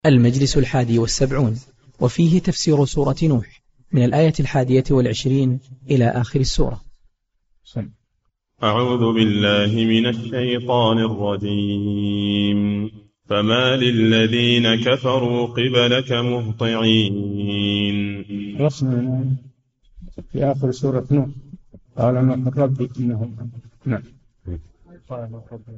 المجلس 71، وفيه تفسير سورة نوح من الآية 21 إلى آخر السورة. أعوذ بالله من الشيطان الرجيم. فما للذين كفروا قبلك مهطعين. رسمنا في آخر سورة نوح قال نوح ربي إنهم قال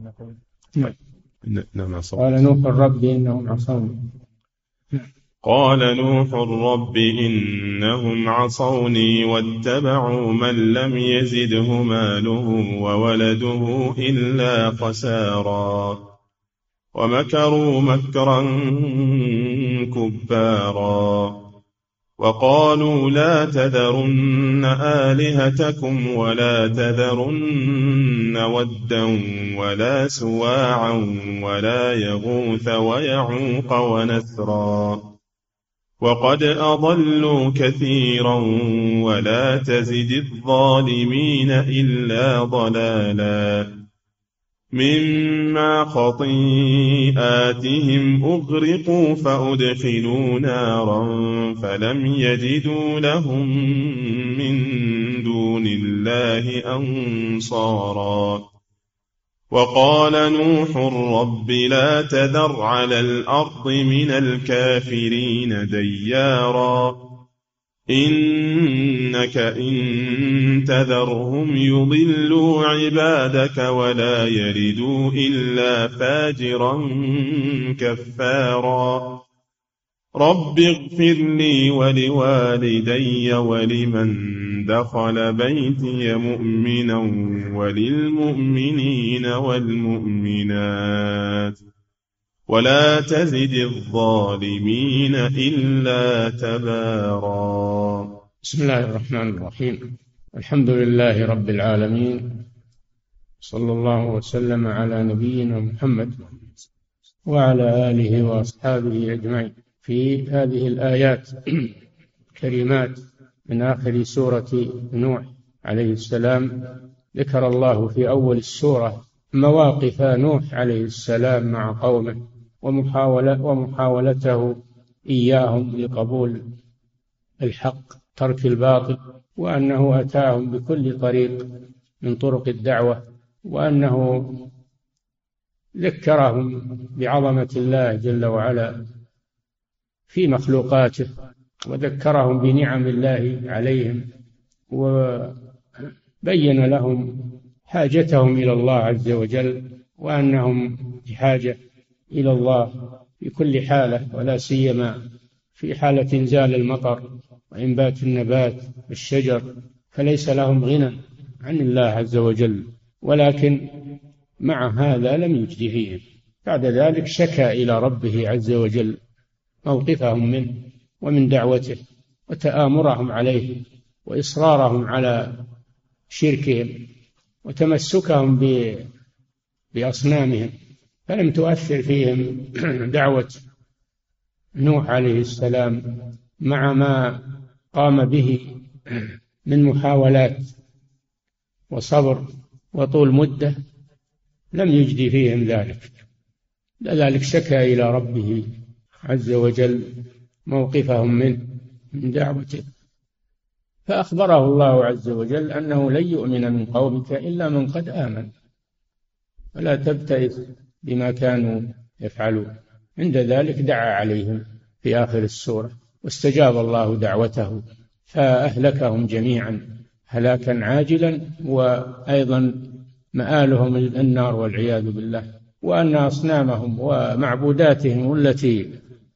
نوح ربي إنهم عصوني. قال نوح رب إنهم عصوني واتبعوا من لم يزده ماله وولده إلا خسارا ومكروا مكرا كبارا وقالوا لا تذرن آلهتكم ولا تذرن ودا ولا سواعا ولا يغوث ويعوق ونسرا وقد أضلوا كثيرا ولا تزد الظالمين إلا ضلالا مما خطيئاتهم أغرقوا فأدخلوا نارا فلم يجدوا لهم من دون الله أنصارا وقال نوح رب لا تذر على الأرض من الكافرين ديارا إنك إن تذرهم يضلوا عبادك ولا يلدوا إلا فاجرا كفارا رب اغفر لي ولوالدي ولمن دخل بيتي مؤمنا وللمؤمنين والمؤمنات ولا تزد الظالمين إلا تبارا. بسم الله الرحمن الرحيم. الحمد لله رب العالمين، صلى الله وسلم على نبينا محمد وعلى آله وأصحابه أجمعين. في هذه الآيات الكريمات من آخر سورة نوح عليه السلام ذكر الله في أول السورة مواقف نوح عليه السلام مع قومه ومحاولته إياهم لقبول الحق ترك الباطل، وأنه أتاهم بكل طريق من طرق الدعوة، وأنه ذكرهم بعظمة الله جل وعلا في مخلوقاته، وذكرهم بنعم الله عليهم، وبين لهم حاجتهم إلى الله عز وجل، وأنهم بحاجة إلى الله في كل حالة، ولا سيما في حالة إنزال المطر وإنبات النبات والشجر، فليس لهم غنى عن الله عز وجل، ولكن مع هذا لم يجد فيهم. بعد ذلك شكى إلى ربه عز وجل موقفهم منه ومن دعوته وتآمرهم عليه وإصرارهم على شركهم وتمسكهم بأصنامهم، فلم تؤثر فيهم دعوة نوح عليه السلام مع ما قام به من محاولات وصبر وطول مدة، لم يجدي فيهم ذلك. لذلك شكى إلى ربه عز وجل موقفهم منه من دعوته، فأخبره الله عز وجل أنه لن يؤمن من قومك إلا من قد آمن، ولا تبتئس بما كانوا يفعلون. عند ذلك دعا عليهم في آخر السورة، واستجاب الله دعوته فأهلكهم جميعا هلاكا عاجلا، وأيضا مآلهم النار والعياذ بالله، وأن أصنامهم ومعبوداتهم التي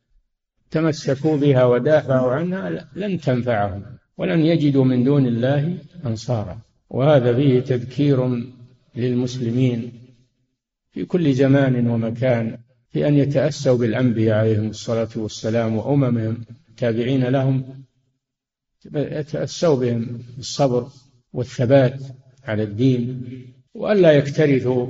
تمسكوا بها ودافعوا عنها لن تنفعهم ولن يجدوا من دون الله أنصارا. وهذا فيه تذكير للمسلمين في كل زمان ومكان في أن يتأسوا بالأنبياء عليهم الصلاة والسلام وأممهم تابعين لهم، يتأسوا بهم بالصبر والثبات على الدين، وألا يكترثوا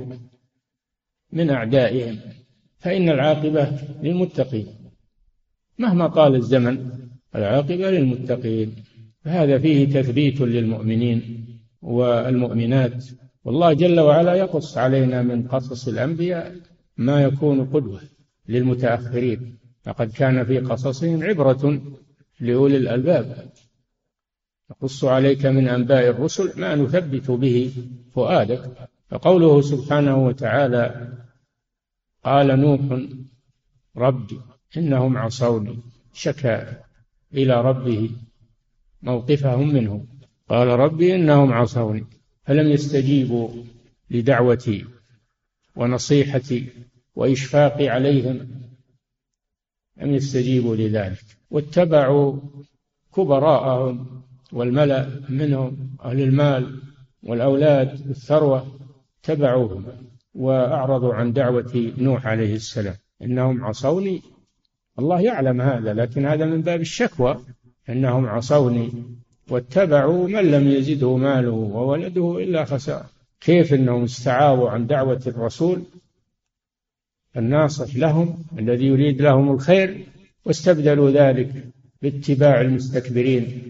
من أعدائهم، فإن العاقبة للمتقين مهما طال الزمن، العاقبة للمتقين. فهذا فيه تثبيت للمؤمنين والمؤمنات، والله جل وعلا يقص علينا من قصص الأنبياء ما يكون قدوة للمتأخرين، لقد كان في قصصهم عبرة لأولي الألباب، نقص عليك من أنباء الرسل ما نثبت به فؤادك. فقوله سبحانه وتعالى قال نوح ربي إنهم عصوني، شكى إلى ربه موقفهم منه، قال ربي إنهم عصوني فلم يستجيبوا لدعوتي ونصيحتي وإشفاقي عليهم، لم يستجيبوا لذلك، واتبعوا كبراءهم والملأ منهم أهل المال والأولاد والثروة، تبعوهم وأعرضوا عن دعوة نوح عليه السلام. إنهم عصوني، الله يعلم هذا، لكن هذا من باب الشكوى. إنهم عصوني واتبعوا من لم يزده ماله وولده إلا خسارة. كيف إنهم استعاضوا عن دعوة الرسول الناصح لهم الذي يريد لهم الخير، واستبدلوا ذلك باتباع المستكبرين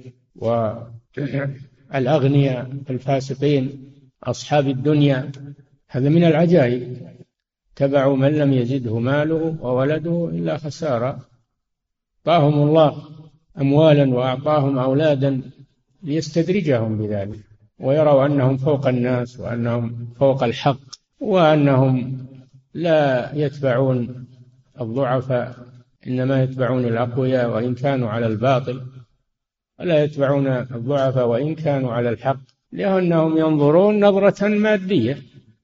والأغنياء الفاسقين أصحاب الدنيا. هذا من العجائب. تبعوا من لم يزده ماله وولده إلا خسارة. أعطاهم الله أموالا وأعطاهم أولادا ليستدرجهم بذلك، ويروا أنهم فوق الناس وأنهم فوق الحق، وأنهم لا يتبعون الضعفاء، إنما يتبعون الأقوياء وإن كانوا على الباطل، ولا يتبعون الضعفاء وإن كانوا على الحق، لأنهم ينظرون نظرة مادية،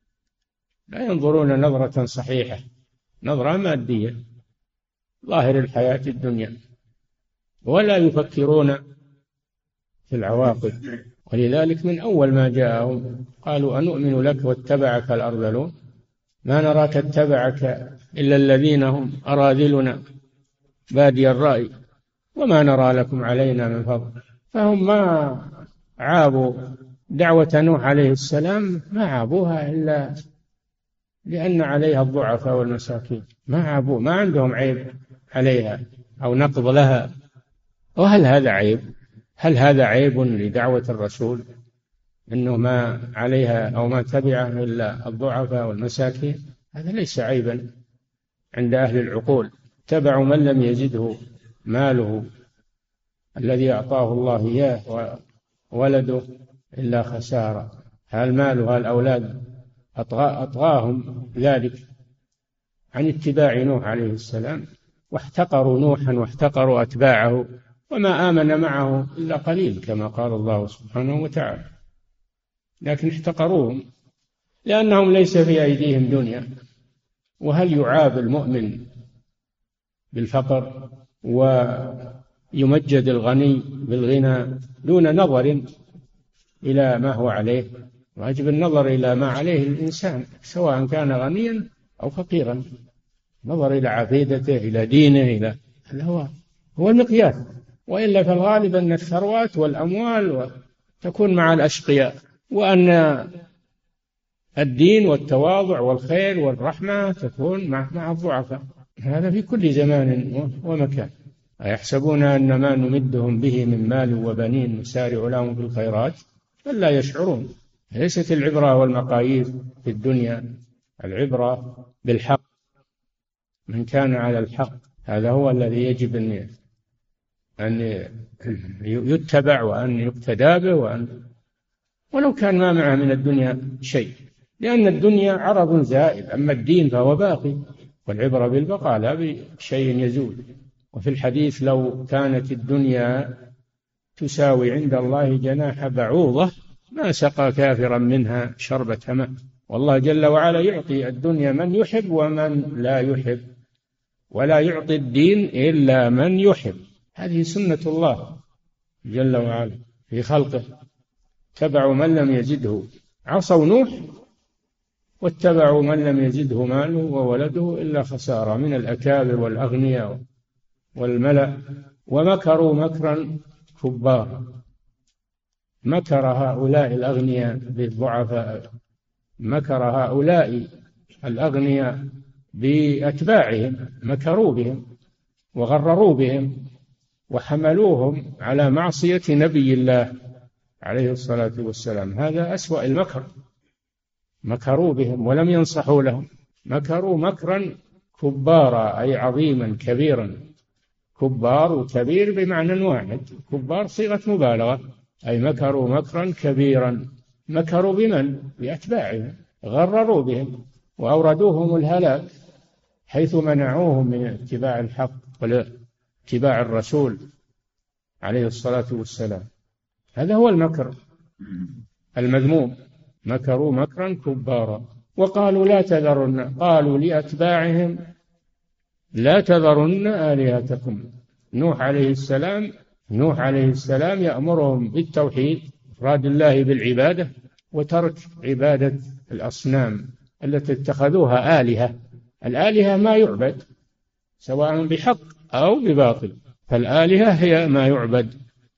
لا ينظرون نظرة صحيحة، نظرة مادية ظاهر الحياة الدنيا، ولا يفكرون في العواقب. ولذلك من أول ما جاءهم قالوا أنؤمن لك واتبعك الأرذلون ما نراك اتبعك إلا الذين هم أراذلنا بادي الرأي وما نرى لكم علينا من فضل. فهم ما عابوا دعوة نوح عليه السلام، ما عابوها إلا لأن عليها الضعفاء والمساكين، ما عابوا، ما عندهم عيب عليها أو نقض لها. وهل هذا عيب؟ هل هذا عيب لدعوة الرسول أنه ما عليها أو ما تبعه إلا الضعفاء والمساكين؟ هذا ليس عيبا عند أهل العقول. تبعوا من لم يزده ماله الذي أعطاه الله إياه وولده إلا خسارة. هالمال وهالأولاد أطغاهم ذلك عن اتباع نوح عليه السلام، واحتقروا نوحا واحتقروا أتباعه، وما آمن معه إلا قليل كما قال الله سبحانه وتعالى، لكن احتقروهم لأنهم ليس في أيديهم دنيا. وهل يعاب المؤمن بالفقر ويمجد الغني بالغنى دون نظر إلى ما هو عليه؟ واجب النظر إلى ما عليه الإنسان سواء كان غنيا أو فقيرا، نظر إلى عقيدته إلى دينه، إلى هذا هو المقياس. وإلا فالغالب أن الثروات والأموال تكون مع الأشقياء، وأن الدين والتواضع والخير والرحمة تكون مع الضعفاء. هذا في كل زمان ومكان. أيحسبون أن ما نمدهم به من مال وبنين نسارع لهم في الخيرات بل لا يشعرون. ليست العبرة والمقاييس في الدنيا، العبرة بالحق. من كان على الحق هذا هو الذي يجب أن يتبع وأن يقتدى به، ولو كان ما معه من الدنيا شيء، لأن الدنيا عرض زائل، أما الدين فهو باقي، والعبرة بالبقاء لا بشيء يزول. وفي الحديث لو كانت الدنيا تساوي عند الله جناح بعوضة ما سقى كافرا منها شربة ماء. والله جل وعلا يعطي الدنيا من يحب ومن لا يحب، ولا يعطي الدين إلا من يحب. هذه سنة الله جل وعلا في خلقه. تبعوا من لم يزده، عصوا نوح واتبعوا من لم يزده ماله وولده إلا خسارة من الأكابر والأغنياء والملأ، ومكروا مكرا كبارا. مكر هؤلاء الأغنياء بالضعفاء، مكر هؤلاء الأغنياء بأتباعهم، مكروا بهم وغرروا بهم وحملوهم على معصية نبي الله عليه الصلاة والسلام. هذا أسوأ المكر. مكروا بهم ولم ينصحوا لهم، مكروا مكرا كبارا أي عظيما كبيرا. كبار وكبير بمعنى واحد. كبار صيغة مبالغة، أي مكروا مكرا كبيرا. مكروا بمن؟ بأتباعهم، غرروا بهم وأوردوهم الهلاك حيث منعوهم من اتباع الحق واتباع الرسول عليه الصلاة والسلام. هذا هو المكر المذموم. مكروا مكرا كبارا. وقالوا لا تذرن، قالوا لأتباعهم لا تذرن آلهتكم. نوح عليه السلام يأمرهم بالتوحيد، إفراد الله بالعبادة، وترك عبادة الأصنام التي اتخذوها آلهة. الآلهة ما يعبد سواء بحق أو بباطل، فالآلهة هي ما يعبد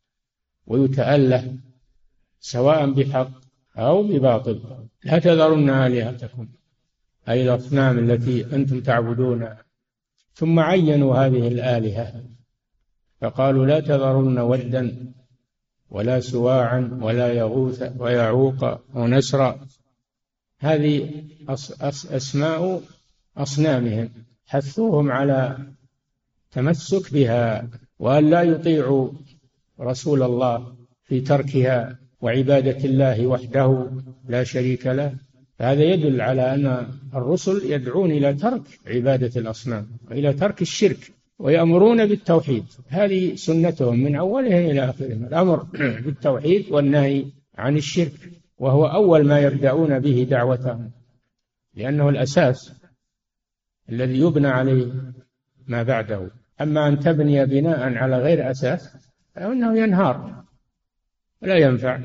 ويتأله سواء بحق أو بباطل. لا تذرن آلهتكم أي الأصنام التي أنتم تعبدونها. ثم عينوا هذه الآلهة فقالوا لا تذرن ودا ولا سواعا ولا يغوث ويعوق ونسرا. هذه أسماء أصنامهم، حثوهم على تمسك بها وأن لا يطيعوا رسول الله في تركها وعبادة الله وحده لا شريك له. هذا يدل على أن الرسل يدعون إلى ترك عبادة الأصنام وإلى ترك الشرك، ويأمرون بالتوحيد. هذه سنتهم من أولهم إلى آخرهم، الأمر بالتوحيد والنهي عن الشرك، وهو أول ما يبدأون به دعوتهم، لأنه الأساس الذي يبنى عليه ما بعده. أما أن تبني بناء على غير أساس فإنه ينهار ولا ينفع.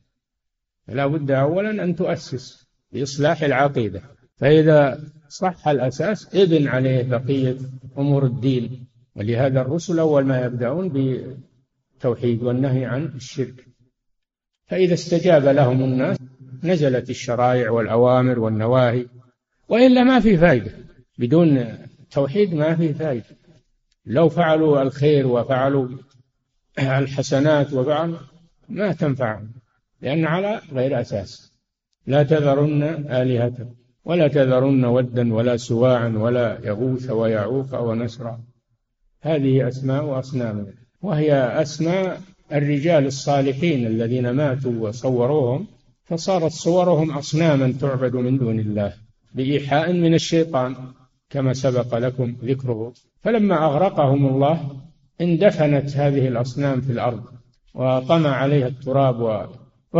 لا بد أولا أن تؤسس بإصلاح العقيدة، فإذا صح الأساس ابن عليه بقية أمور الدين. ولهذا الرسل أول ما يبدأون بالتوحيد والنهي عن الشرك، فإذا استجاب لهم الناس نزلت الشرائع والأوامر والنواهي، وإلا ما في فائدة. بدون توحيد ما في فائدة. لو فعلوا الخير وفعلوا الحسنات وفعلوا ما تنفعهم، لأن على غير أساس. لا تذرن آلهتكم ولا تذرن ودا ولا سواعا ولا يغوث ويعوق ونسرا. هذه أسماء أصنام، وهي أسماء الرجال الصالحين الذين ماتوا وصوروهم، فصارت صورهم أصناما تعبد من دون الله بإيحاء من الشيطان كما سبق لكم ذكره. فلما أغرقهم الله اندفنت هذه الأصنام في الأرض وطمع عليها التراب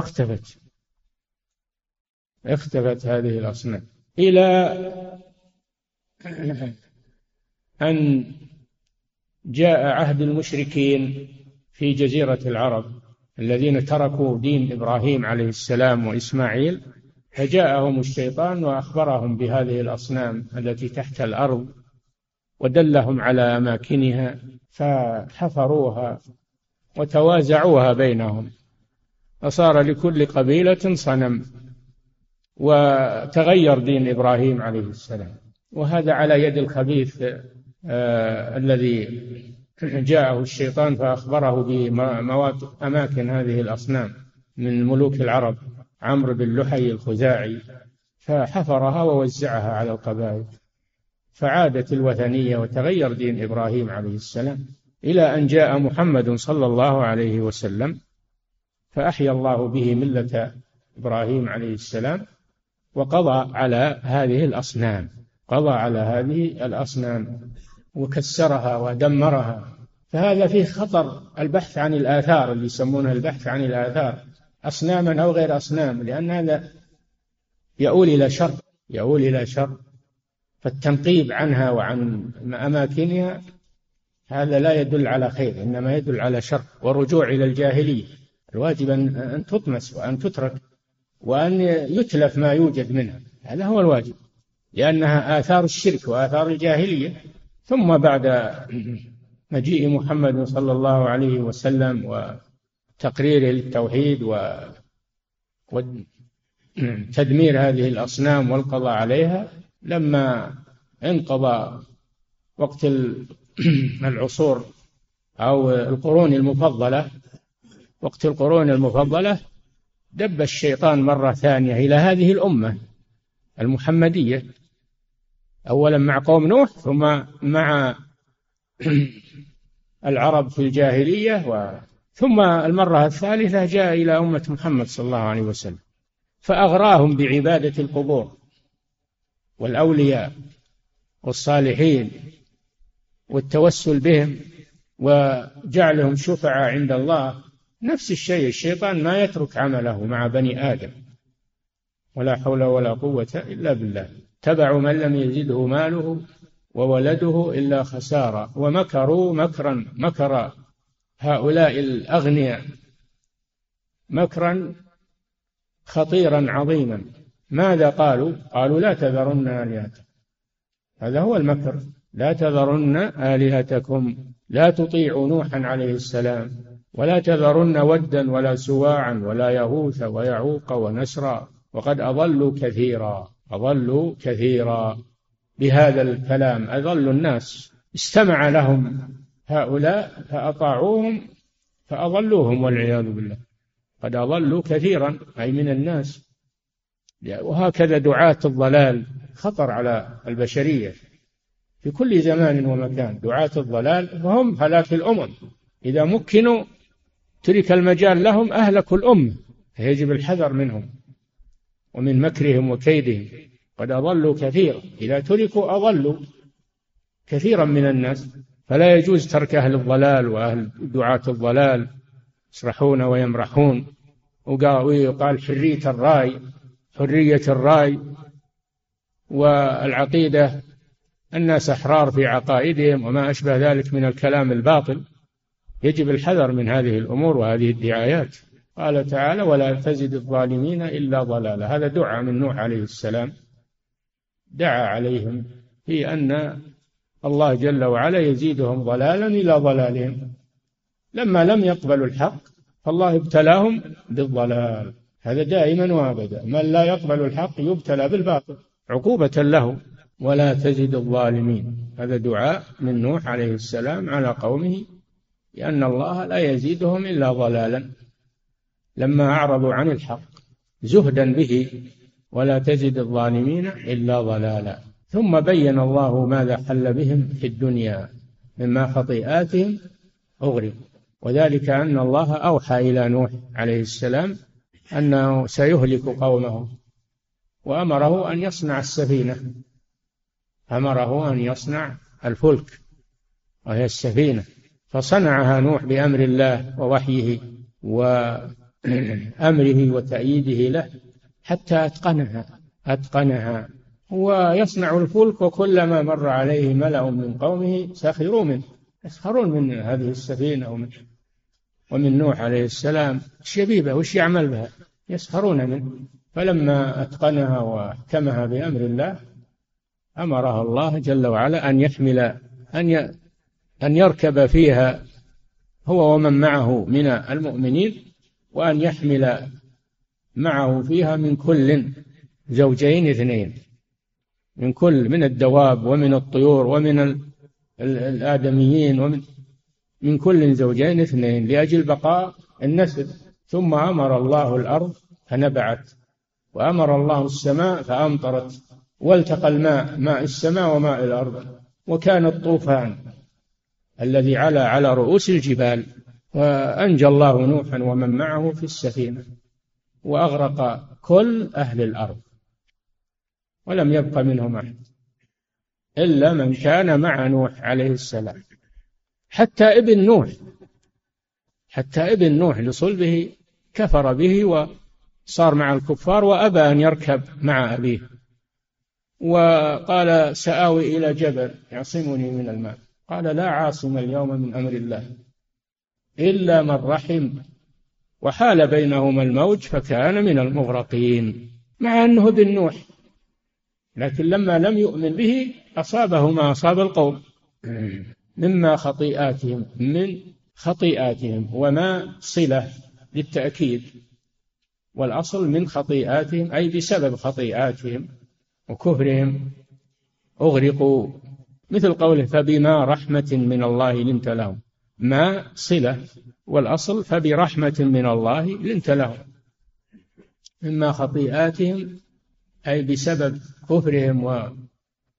اختفت هذه الأصنام، إلى أن جاء عهد المشركين في جزيرة العرب الذين تركوا دين إبراهيم عليه السلام وإسماعيل، فجاءهم الشيطان وأخبرهم بهذه الأصنام التي تحت الأرض ودلهم على أماكنها، فحفروها وتوازعوها بينهم، فصار لكل قبيلة صنم، وتغير دين إبراهيم عليه السلام. وهذا على يد الخبيث الذي جاءه الشيطان فأخبره بأماكن هذه الأصنام من ملوك العرب، عمرو بن لحي الخزاعي، فحفرها ووزعها على القبائل، فعادت الوثنية وتغير دين إبراهيم عليه السلام، إلى أن جاء محمد صلى الله عليه وسلم فأحيا الله به ملة إبراهيم عليه السلام، وقضى على هذه الأصنام وكسرها ودمرها. فهذا فيه خطر البحث عن الآثار، اللي يسمونه البحث عن الآثار، أصناما أو غير أصنام، لأن هذا يؤول إلى شر. فالتنقيب عنها وعن أماكنها هذا لا يدل على خير، إنما يدل على شر ورجوع إلى الجاهلية. الواجب أن تطمس وأن تترك وأن يتلف ما يوجد منها، هذا هو الواجب، لأنها آثار الشرك وآثار الجاهلية. ثم بعد مجيء محمد صلى الله عليه وسلم وتقريره للتوحيد وتدمير هذه الأصنام والقضاء عليها، لما انقضى وقت العصور أو القرون المفضلة، دب الشيطان مرة ثانية إلى هذه الأمة المحمدية أولا مع قوم نوح، ثم مع العرب في الجاهلية، ثم المرة الثالثة جاء إلى أمة محمد صلى الله عليه وسلم، فأغراهم بعبادة القبور والأولياء والصالحين والتوسل بهم وجعلهم شفعاء عند الله. نفس الشيء الشيطان ما يترك عمله مع بني آدم، ولا حول ولا قوة إلا بالله. اتبعوا من لم يزده ماله وولده إلا خسارة، ومكروا مكرا، مكر هؤلاء الأغنياء مكرا خطيرا عظيما. ماذا قالوا؟ قالوا لا تذرن آلهتكم. هذا هو المكر، لا تذرن آلهتكم، لا تطيعوا نوحا عليه السلام، ولا تذرن ودا ولا سواعا ولا يغوث ويعوق ونسرا، وقد أضلوا كثيرا، أضلوا كثيرا. بهذا الكلام أضلوا الناس، استمع لهم هؤلاء فأطاعوهم فأضلوهم والعياذ بالله. قد أضلوا كثيرا أي من الناس. وهكذا دعاة الضلال خطر على البشرية في كل زمان ومكان. دعاة الضلال فهم هلاك الأمم، إذا مكنوا ترك المجال لهم أهلكوا الأمة، فيجب الحذر منهم ومن مكرهم وكيدهم. قد أضلوا كثيرا، إذا تركوا أضلوا كثيرا من الناس. فلا يجوز ترك أهل الضلال وأهل دعاة الضلال يسرحون ويمرحون. ويقال حرية الرأي، حرية الرأي والعقيدة، الناس أحرار في عقائدهم وما أشبه ذلك من الكلام الباطل. يجب الحذر من هذه الأمور وهذه الدعايات. قال تعالى ولا تزد الظالمين إلا ضلالا. هذا دعاء من نوح عليه السلام، دعا عليهم في أن الله جل وعلا يزيدهم ضلالا إلى ضلالهم. لما لم يقبلوا الحق فالله ابتلاهم بالضلال. هذا دائما وابدا، من لا يقبل الحق يبتلى بالباطل عقوبة له. ولا تزد الظالمين، هذا دعاء من نوح عليه السلام على قومه، لأن الله لا يزيدهم إلا ضلالا لما أعرضوا عن الحق زهدا به. ولا تزد الظالمين إلا ضلالا. ثم بين الله ماذا حل بهم في الدنيا مما خطيئاتهم أغرقوا، وذلك أن الله أوحى إلى نوح عليه السلام أنه سيهلك قومه، وأمره أن يصنع السفينة، أمره أن يصنع الفلك وهي السفينة، فصنعها نوح بأمر الله ووحيه وأمره وتأييده له حتى أتقنها. ويصنع الفلك وكلما مر عليه ملأ من قومه سخروا منه، يسخرون من هذه السفينة ومن نوح عليه السلام. شبيبة وش يعمل بها؟ يسخرون منه. فلما أتقنها وأحكمها بأمر الله أمرها الله جل وعلا أن يحمل أن يركب فيها هو ومن معه من المؤمنين، وأن يحمل معه فيها من كل زوجين اثنين، من كل، من الدواب ومن الطيور ومن الآدميين ومن كل زوجين اثنين لأجل بقاء النسل. ثم أمر الله الأرض فنبعت، وأمر الله السماء فأمطرت، والتقى الماء، ماء السماء وماء الأرض، وكان الطوفان الذي على رؤوس الجبال. وأنجى الله نوحا ومن معه في السفينة وأغرق كل أهل الأرض، ولم يبق منهم أحد إلا من كان مع نوح عليه السلام. حتى ابن نوح لصلبه كفر به وصار مع الكفار وأبى أن يركب مع أبيه، وقال سآوي إلى جبل يعصمني من الماء. قال لا عاصم اليوم من أمر الله إلا من رحم، وحال بينهما الموج فكان من المغرقين، مع أنه ابن نوح. لكن لما لم يؤمن به أصابه ما أصاب القوم مما خطيئاتهم، من خطيئاتهم، وما صلة للتأكيد، والأصل من خطيئاتهم أي بسبب خطيئاتهم وكفرهم أغرقوا، مثل قوله فبما رحمة من الله لنت لهم، ما صلة، والأصل فبرحمة من الله لنت لهم، مما خطيئاتهم أي بسبب كفرهم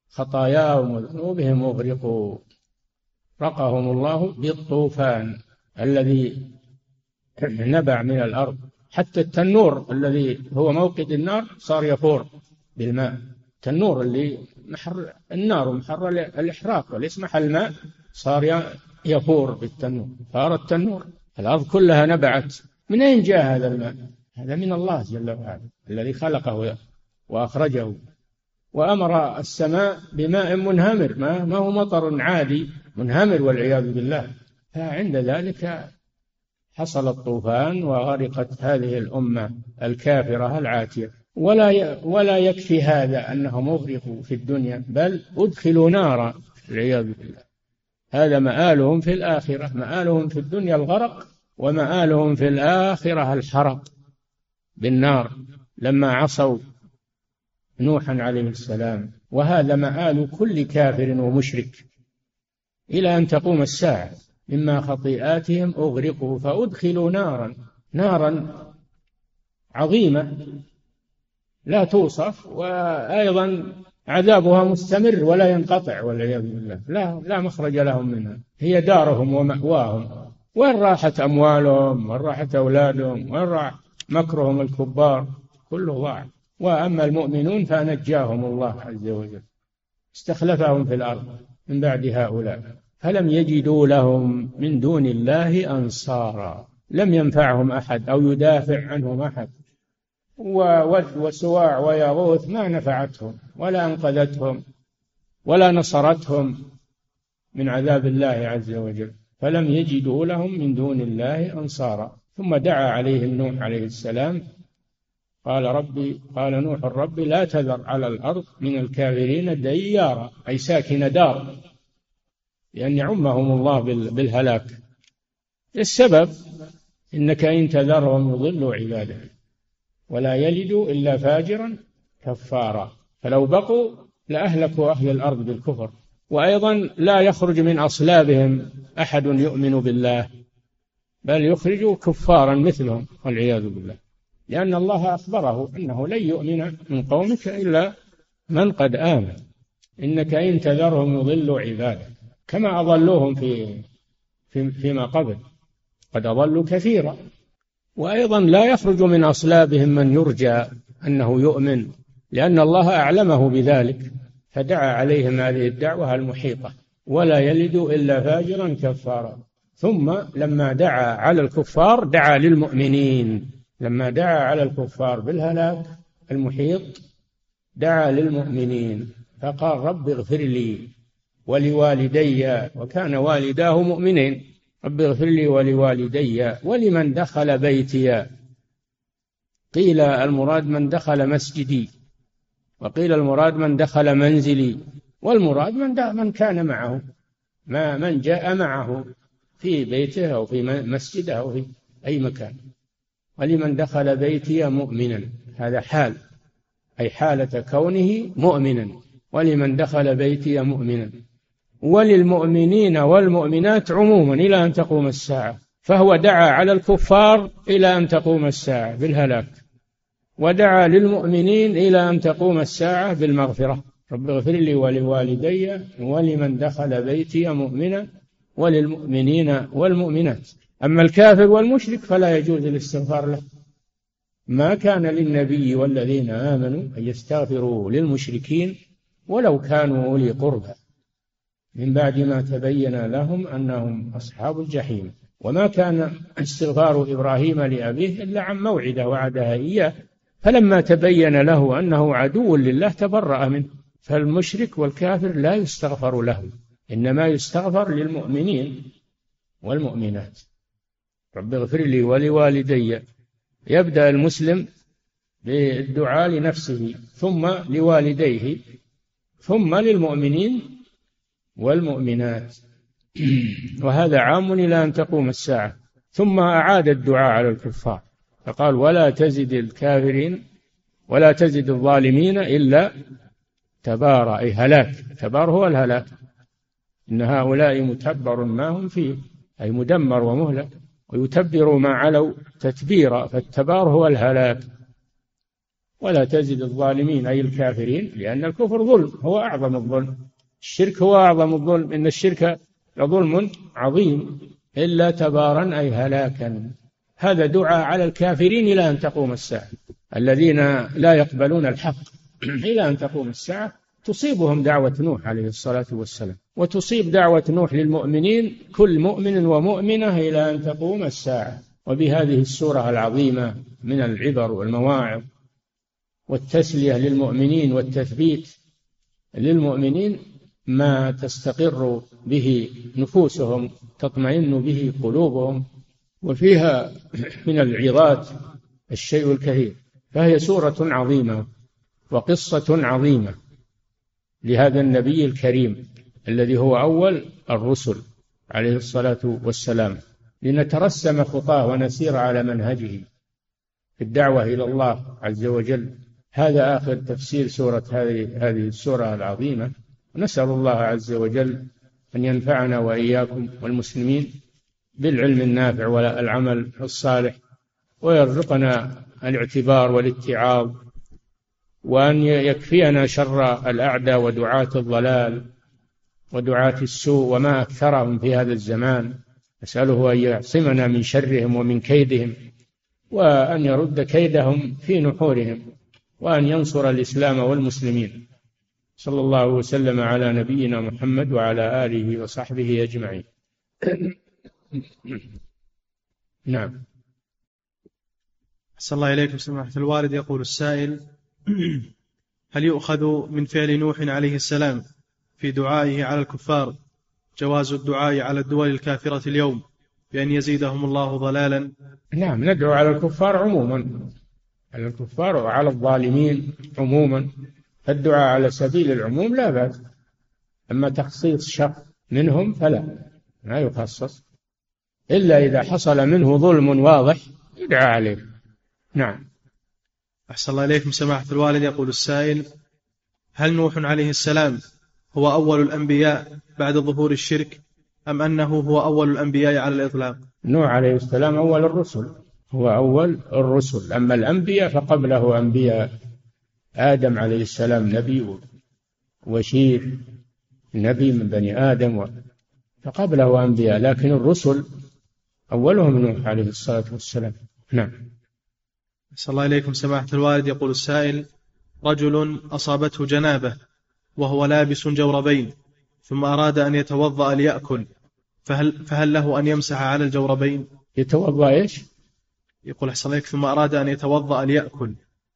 خطاياهم وذنوبهم أغرقوا، رقهم الله بالطوفان الذي نبع من الأرض. حتى التنور الذي هو موقد النار صار يفور بالماء. التنور اللي محر النار ومحر الإحراق وليس محل الماء صار يفور بالتنور، صار التنور. الأرض كلها نبعت. من أين جاء هذا الماء؟ هذا من الله جل وعلا الذي خلقه وأخرجه، وأمر السماء بماء منهمر، ما هو مطر عادي، منهمر والعياذ بالله. فعند ذلك حصل الطوفان وغرقت هذه الأمة الكافرة العاتية. ولا يكفي هذا أنهم أغرقوا في الدنيا، بل أدخلوا نارا والعياذ بالله. هذا مآلهم في الآخرة، مآلهم في الدنيا الغرق، ومآلهم في الآخرة الحرق بالنار لما عصوا نوحا عليه السلام. وهذا مآل كل كافر ومشرك إلى أن تقوم الساعة. مما خطيئاتهم أغرقوا فأدخلوا نارا عظيمة لا توصف، وأيضا عذابها مستمر ولا ينقطع والعياذ بالله، لا مخرج لهم منها. هي دارهم ومأواهم. وين راحت أموالهم؟ وين راحت أولادهم؟ وين راح مكرهم الكبار؟ كله ضاع. وأما المؤمنون فنجاهم الله عز وجل، استخلفهم في الأرض من بعد هؤلاء، فلم يجدوا لهم من دون الله أنصارا. لم ينفعهم أحد أو يدافع عنهم أحد. وود وسواع ويغوث ما نفعتهم ولا أنقذتهم ولا نصرتهم من عذاب الله عز وجل، فلم يجدوا لهم من دون الله أنصارا. ثم دعا عليهم نوح عليه السلام، قال نوح ربي لا تذر على الأرض من الكافرين ديارا، أي ساكن دار، لأن يعمهم الله بالهلاك. السبب إنك إن تذرهم يضلوا عبادك ولا يلدوا إلا فاجرا كفارا. فلو بقوا لأهلكوا أهل الأرض بالكفر. وأيضا لا يخرج من أصلابهم أحد يؤمن بالله، بل يخرج كفارا مثلهم والعياذ بالله، لأن الله أخبره أنه لن يؤمن من قومك إلا من قد آمن. إنك إن تذرهم يضلوا عبادك كما أضلوهم فيما قبل، قد أضلوا كثيرا. وأيضا لا يخرج من أصلابهم من يرجى أنه يؤمن، لأن الله أعلمه بذلك، فدعا عليهم هذه الدعوة المحيطة: ولا يلدوا إلا فاجرا كفارا. ثم لما دعا على الكفار دعا للمؤمنين. لما دعا على الكفار بالهلاك المحيط دعا للمؤمنين فقال رب اغفر لي ولوالدي، وكان والداه مؤمنين. رب اغفر لي ولوالدي ولمن دخل بيتي. قيل المراد من دخل مسجدي، وقيل المراد من دخل منزلي، والمراد من كان معه، من جاء معه في بيته أو في مسجده أو في أي مكان. ولمن دخل بيتي مؤمنا، هذا حال، أي حالة كونه مؤمنا. ولمن دخل بيتي مؤمنا، وللمؤمنين والمؤمنات عموما إلى أن تقوم الساعة. فهو دعا على الكفار إلى أن تقوم الساعة بالهلاك، ودعا للمؤمنين إلى أن تقوم الساعة بالمغفرة: رب اغفر لي ولوالدي ولمن دخل بيتي مؤمنا وللمؤمنين والمؤمنات. أما الكافر والمشرك فلا يجوز الاستغفار له. ما كان للنبي والذين آمنوا أن يستغفروا للمشركين ولو كانوا أولي قربى من بعد ما تبين لهم أنهم أصحاب الجحيم. وما كان استغفار إبراهيم لأبيه إلا عن موعدة وعدها إياه، فلما تبين له أنه عدو لله تبرأ منه. فالمشرك والكافر لا يستغفر له، إنما يستغفر للمؤمنين والمؤمنات: رب اغفر لي ولوالدي. يبدأ المسلم بالدعاء لنفسه ثم لوالديه ثم للمؤمنين والمؤمنات، وهذا عام إلى أن تقوم الساعة. ثم أعاد الدعاء على الكفار فقال: ولا تزد الكافرين ولا تزد الظالمين إلا تبارا، أي هلاك. تبار هو الهلاك. إن هؤلاء متبر ما هم فيه، أي مدمر ومهلك. ويتبر ما علوا تتبيرا، فالتبار هو الهلاك. ولا تزد الظالمين أي الكافرين، لأن الكفر ظلم، هو أعظم الظلم. الشرك هو أعظم الظلم، إن الشرك لظلم عظيم، إلا تبارا أي هلاكا. هذا دعاء على الكافرين إلى أن تقوم الساعة، الذين لا يقبلون الحق إلى أن تقوم الساعة. تصيبهم دعوة نوح عليه الصلاة والسلام، وتصيب دعوة نوح للمؤمنين، كل مؤمن ومؤمنة، إلى أن تقوم الساعة. وبهذه السورة العظيمة من العبر والمواعظ والتسلية للمؤمنين والتثبيت للمؤمنين ما تستقر به نفوسهم، تطمئن به قلوبهم، وفيها من العظات الشيء الكثير. فهي سورة عظيمة وقصة عظيمة لهذا النبي الكريم الذي هو أول الرسل عليه الصلاة والسلام، لنترسم خطاه ونسير على منهجه في الدعوة إلى الله عز وجل. هذا آخر تفسير سورة هذه السورة العظيمة. نسأل الله عز وجل أن ينفعنا وإياكم والمسلمين بالعلم النافع والعمل الصالح، ويرزقنا الاعتبار والاتعاظ، وأن يكفينا شر الأعداء ودعاة الضلال ودعاة السوء وما أكثرهم في هذا الزمان. نسأله أن يعصمنا من شرهم ومن كيدهم، وأن يرد كيدهم في نحورهم، وأن ينصر الإسلام والمسلمين. صلى الله وسلم على نبينا محمد وعلى آله وصحبه أجمعين. نعم. أحسن الله إليكم سماحة الوالد. يقول السائل: هل يؤخذ من فعل نوح عليه السلام في دعائه على الكفار جواز الدعاء على الدول الكافرة اليوم بأن يزيدهم الله ضلالا؟ نعم، ندعو على الكفار عموما، على الكفار وعلى الظالمين عموما. الدعاء على سبيل العموم لا بأس، أما تخصيص شخص منهم فلا، لا يخصص إلا إذا حصل منه ظلم واضح يدعى عليه. نعم. أحسن الله إليكم سماحة الوالد. يقول السائل: هل نوح عليه السلام هو أول الأنبياء بعد ظهور الشرك، أم أنه هو أول الأنبياء على الإطلاق؟ نوح عليه السلام أول الرسل، هو أول الرسل، أما الأنبياء فقبله أنبياء. آدم عليه السلام نبي وشير، نبي من بني آدم، فقبله أنبياء، لكن الرسل أولهم نوح عليه الصلاة والسلام. نعم. أحسن الله إليكم سماحة الوالد. يقول السائل: رجل أصابته جنابة وهو لابس جوربين، ثم أراد أن يتوضأ ليأكل، فهل له أن يمسح على الجوربين؟ يتوضأ إيش؟ يقول أحسن الله، ثم أراد أن يتوضأ ليأكل،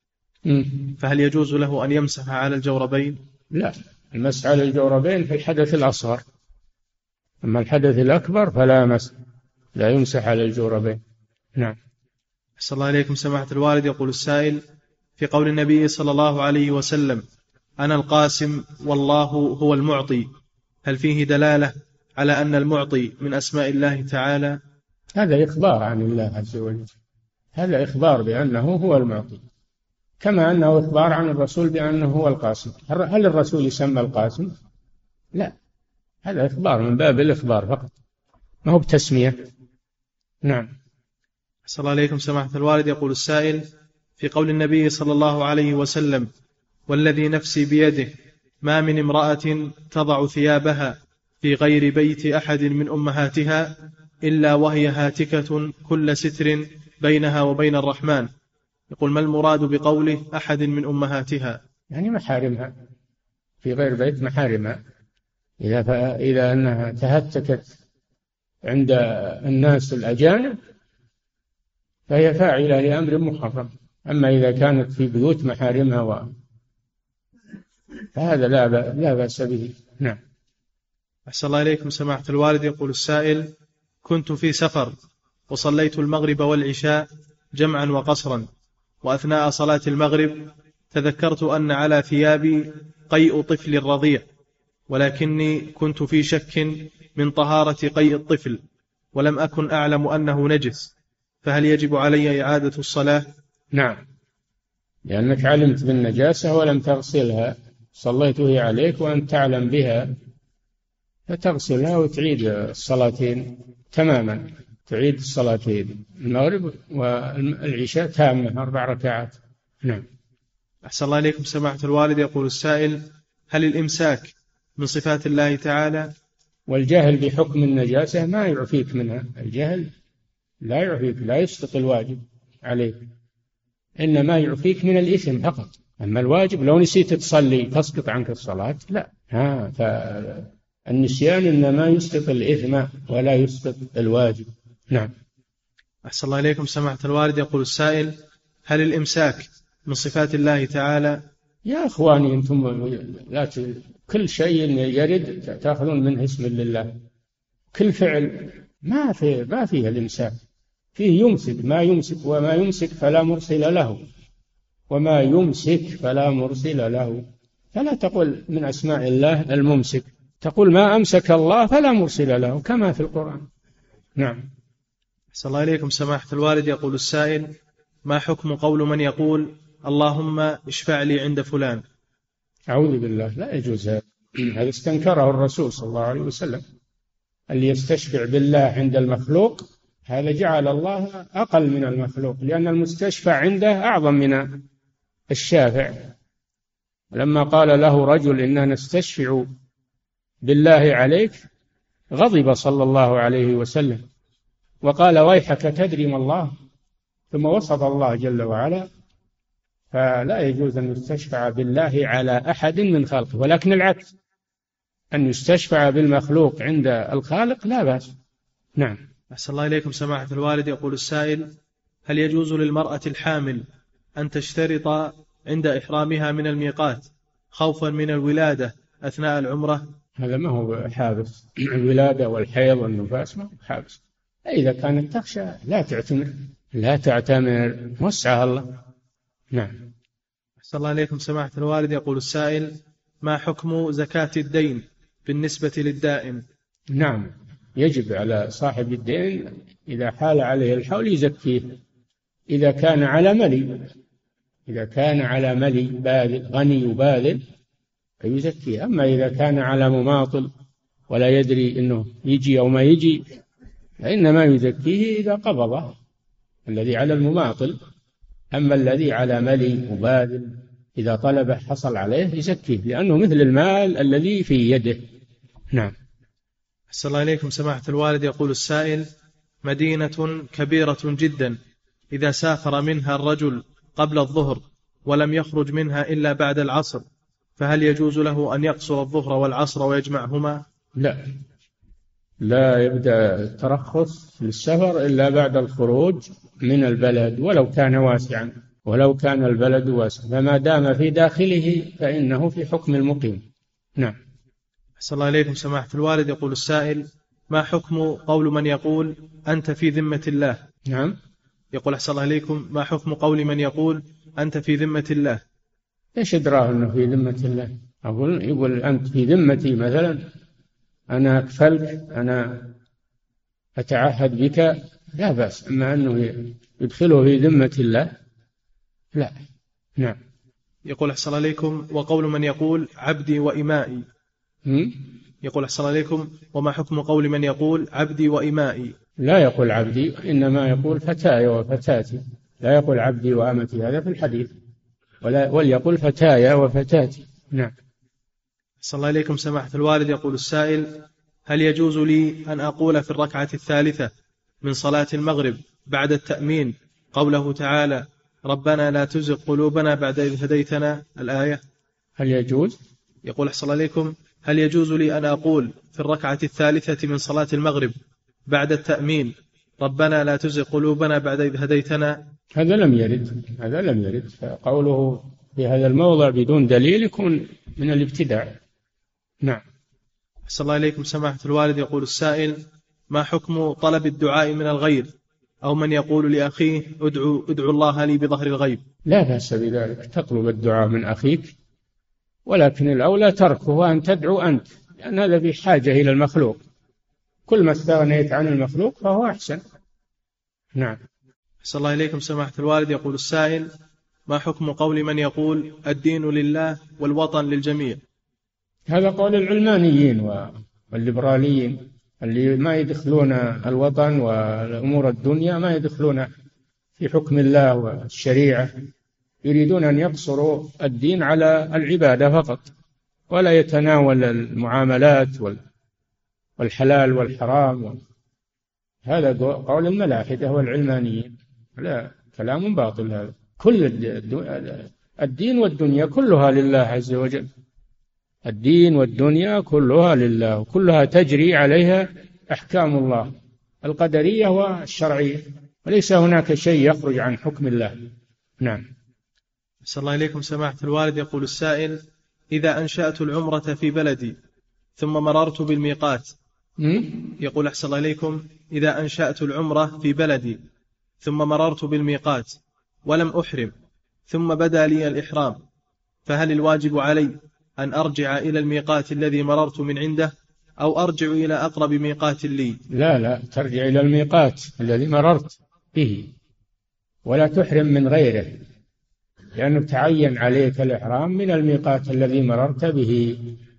فهل يجوز له أن يمسح على الجوربين؟ لا، المسح على الجوربين في الحدث الأصغر، أما الحدث الأكبر فلا مسح، لا يمسح على الجوربين. نعم. أحسن الله إليكم سماحة الوالد. يقول السائل: في قول النبي صلى الله عليه وسلم: أنا القاسم والله هو المعطي، هل فيه دلالة على أن المعطي من أسماء الله تعالى؟ هذا إخبار عن الله عز وجل، هذا إخبار بأنه هو المعطي، كما أنه إخبار عن الرسول بأنه هو القاسم. هل الرسول يسمى القاسم؟ لا، هذا إخبار من باب الإخبار فقط، ما هو بتسمية. نعم. أحسن الله عليكم سماحة الوالد. يقول السائل: في قول النبي صلى الله عليه وسلم: والذي نفسي بيده ما من امرأة تضع ثيابها في غير بيت أحد من أمهاتها إلا وهي هاتكة كل ستر بينها وبين الرحمن، يقول: ما المراد بقوله أحد من أمهاتها؟ يعني محارمها، في غير بيت محارمها، إذا أنها تهتكت عند الناس الأجانب فهي فاعلة لأمر محرم، أما إذا كانت في بيوت محارمها فهذا لا بأس به. نعم. أحسن الله إليكم سماحة الوالد. يقول السائل: كنت في سفر وصليت المغرب والعشاء جمعا وقصرا، وأثناء صلاة المغرب تذكرت أن على ثيابي قيء طفل رضيع، ولكني كنت في شك من طهارة قيء الطفل، ولم أكن أعلم أنه نجس، فهل يجب علي إعادة الصلاة؟ نعم، لأنك علمت بالنجاسة ولم تغسلها، صليت هي عليك وأنت تعلم بها، فتغسلها وتعيد الصلاتين تماما، تعيد الصلاتين المغرب والعشاء تامة 4 ركعات. نعم. أحسن الله إليكم سماحة الوالد. يقول السائل: هل الإمساك من صفات الله تعالى؟ والجهل بحكم النجاسة ما يعفيك منها، الجهل لا يعفيك، لا يسقط الواجب عليك، إنما يعفيك من الإثم فقط. أما الواجب لو نسيت تصلي تسقط عنك الصلاة؟ لا. فالنسيان إنما يسقط الإثم ولا يسقط الواجب. نعم. أحسن الله إليكم سماحة الوالد. يقول السائل: هل الإمساك من صفات الله تعالى؟ يا أخواني أنتم كل شيء يرد تأخذون منه اسم لله، كل فعل ما فيه الإمساك، فيه يمسك، ما يمسك وما يمسك فلا مرسل له، وما يمسك فلا مرسل له. فلا تقول من أسماء الله الممسك، تقول ما أمسك الله فلا مرسل له كما في القرآن. نعم. أحسن الله إليكم سماحة الوالد. يقول السائل: ما حكم قول من يقول اللهم اشفع لي عند فلان؟ أعوذ بالله، لا يجوز هذا. هذا استنكره الرسول صلى الله عليه وسلم. اللي يستشفع بالله عند المخلوق هذا جعل الله أقل من المخلوق، لأن المستشفع عنده أعظم من الشافع. لما قال له رجل إننا نستشفع بالله عليك غضب صلى الله عليه وسلم وقال: ويحك تدري ما الله؟ ثم وصف الله جل وعلا. فلا يجوز أن يستشفع بالله على أحد من خلقه، ولكن العكس، أن يستشفع بالمخلوق عند الخالق لا بأس. نعم. أحسن الله إليكم سماحة الوالد. يقول السائل: هل يجوز للمرأة الحامل أن تشترط عند إحرامها من الميقات خوفا من الولادة أثناء العمرة؟ هذا ما هو حابس، الولادة والحيض والنفاس ما هو حابس. إذا كانت تخشى لا تعتمر وسعها الله. نعم. أحسن الله إليكم سماحة الوالد. يقول السائل: ما حكم زكاة الدين بالنسبة للدائن؟ نعم، يجب على صاحب الدين إذا حال عليه الحول يزكيه، إذا كان على ملي باذل غني وباذل فيزكيه. أما إذا كان على مماطل ولا يدري أنه يجي أو ما يجي فإنما يزكيه إذا قبضه، الذي على المماطل. أما الذي على ملي مباذل إذا طلبه حصل عليه يزكيه، لأنه مثل المال الذي في يده. نعم. أحسن الله إليكم سماحة الوالد. يقول السائل: مدينة كبيرة جدا إذا سافر منها الرجل قبل الظهر ولم يخرج منها إلا بعد العصر، فهل يجوز له أن يقصر الظهر والعصر ويجمعهما؟ لا يبدأ الترخص للسفر إلا بعد الخروج من البلد ولو كان البلد واسع، فما دام في داخله فإنه في حكم المقيم. نعم. أحسن الله إليكم سماحة الوالد. يقول السائل: ما حكم قول من يقول أنت في ذمة الله؟ نعم. يقول أحسن الله إليكم: ما حكم قول من يقول أنت في ذمة الله؟ إيش أدراه أنه في ذمة الله؟ يقول أنت في ذمتي، مثلا أنا أكفلك، أنا أتعهد بك، لا بأس. أما أنه يدخله في ذمة الله لا. نعم. يقول أحسن الله إليكم: وقول من يقول عبدي وإمائي؟ يقول أحسن الله إليكم: وما حكم قول من يقول عبدي وإمائي؟ لا يقول عبدي، إنما يقول فتاي وفتاتي، لا يقول عبدي وأمتي، هذا في الحديث، وليقول فتاي وفتاتي. نعم. أحسن الله إليكم سماحة الوالد. يقول السائل: هل يجوز لي أن أقول في الركعة الثالثة من صلاة المغرب بعد التأمين قوله تعالى: ربنا لا تزغ قلوبنا بعد إذ هديتنا، الآية؟ هل يجوز؟ يقول أحسن الله إليكم: هل يجوز لي أن أقول في الركعة الثالثة من صلاة المغرب بعد التأمين: ربنا لا تزغ قلوبنا بعد إذ هديتنا؟ هذا لم يرد. فقوله في هذا الموضع بدون دليل يكون من الابتداع. نعم. أحسن الله إليكم سماحة الوالد. يقول السائل: ما حكم طلب الدعاء من الغير أو من يقول لأخيه ادعو الله لي بظهر الغيب؟ لا بأس بذلك، تطلب الدعاء من أخيك، ولكن الأولى تركه وأن تدعو أنت، لأن هذا في حاجة إلى المخلوق. كل ما استغنيت عن المخلوق فهو أحسن. نعم. أحسن الله إليكم سماحة الوالد. يقول السائل: ما حكم قول من يقول الدين لله والوطن للجميع؟ هذا قول العلمانيين والليبراليين اللي ما يدخلون الوطن والأمور الدنيا، ما يدخلون في حكم الله والشريعة، يريدون أن يقصروا الدين على العبادة فقط، ولا يتناول المعاملات والحلال والحرام. هذا قول الملاحدة والعلمانيين، لا، كلام باطل هذا. كل الدين والدنيا كلها لله عز وجل، الدين والدنيا كلها لله، وكلها تجري عليها أحكام الله القدرية والشرعية، وليس هناك شيء يخرج عن حكم الله. نعم. أحسن الله إليكم سماحة الوالد. يقول السائل: إذا أنشأت العمرة في بلدي ثم مررت بالميقات. يقول أحسن الله إليكم: إذا أنشأت العمرة في بلدي ثم مررت بالميقات ولم أحرم ثم بدا لي الإحرام، فهل الواجب علي أن أرجع إلى الميقات الذي مررت من عنده، أو أرجع إلى أقرب ميقات لي؟ لا، ترجع إلى الميقات الذي مررت به، ولا تحرم من غيره، لأنه تعين عليك الإحرام من الميقات الذي مررت به،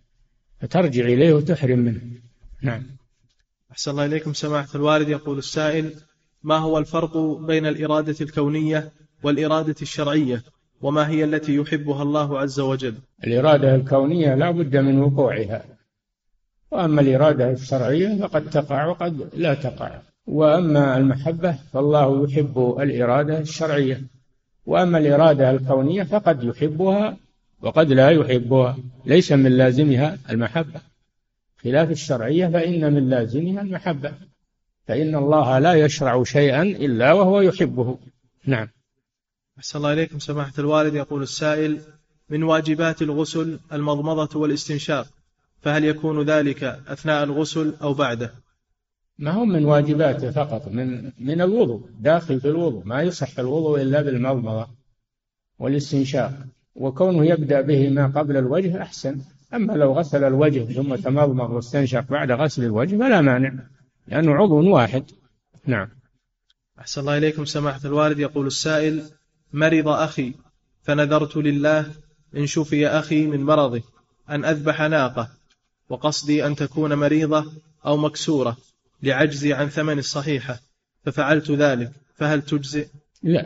فترجع إليه وتحرم منه. نعم. أحسن الله إليكم سماحة الوالد. يقول السائل: ما هو الفرق بين الإرادة الكونية والإرادة الشرعية، وما هي التي يحبها الله عز وجل؟ الإرادة الكونية لا بد من وقوعها، وأما الإرادة الشرعية فقد تقع وقد لا تقع. وأما المحبة فالله يحب الإرادة الشرعية، وأما الإرادة الكونية فقد يحبها وقد لا يحبها، ليس من لازمها المحبة، خلاف الشرعية فإن من لازمها المحبة، فإن الله لا يشرع شيئا إلا وهو يحبه. نعم. أحسن الله إليكم سماحة الوالد. يقول السائل: من واجبات الغسل المضمضة والاستنشاق، فهل يكون ذلك أثناء الغسل أو بعده؟ ما هم من واجباته فقط، من الوضوء، داخل في الوضوء، ما يصح الوضوء إلا بالمضمضة والاستنشاق، وكونه يبدأ بهما قبل الوجه أحسن. أما لو غسل الوجه ثم تمضمض واستنشق بعد غسل الوجه فلا مانع، لأنه عضو واحد. نعم. أحسن الله إليكم سماحة الوالد. يقول السائل: مرض أخي فنذرت لله إن شفي أخي من مرضه أن أذبح ناقة، وقصدي أن تكون مريضة أو مكسورة لعجزي عن ثمن الصحيحة، ففعلت ذلك، فهل تجزئ؟ لا،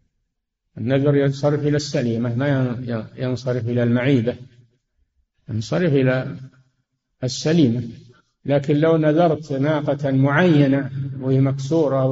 النذر ينصرف إلى السليمة، ما ينصرف إلى المعيبة، ينصرف إلى السليمة. لكن لو نذرت ناقة معينة وهي مكسورة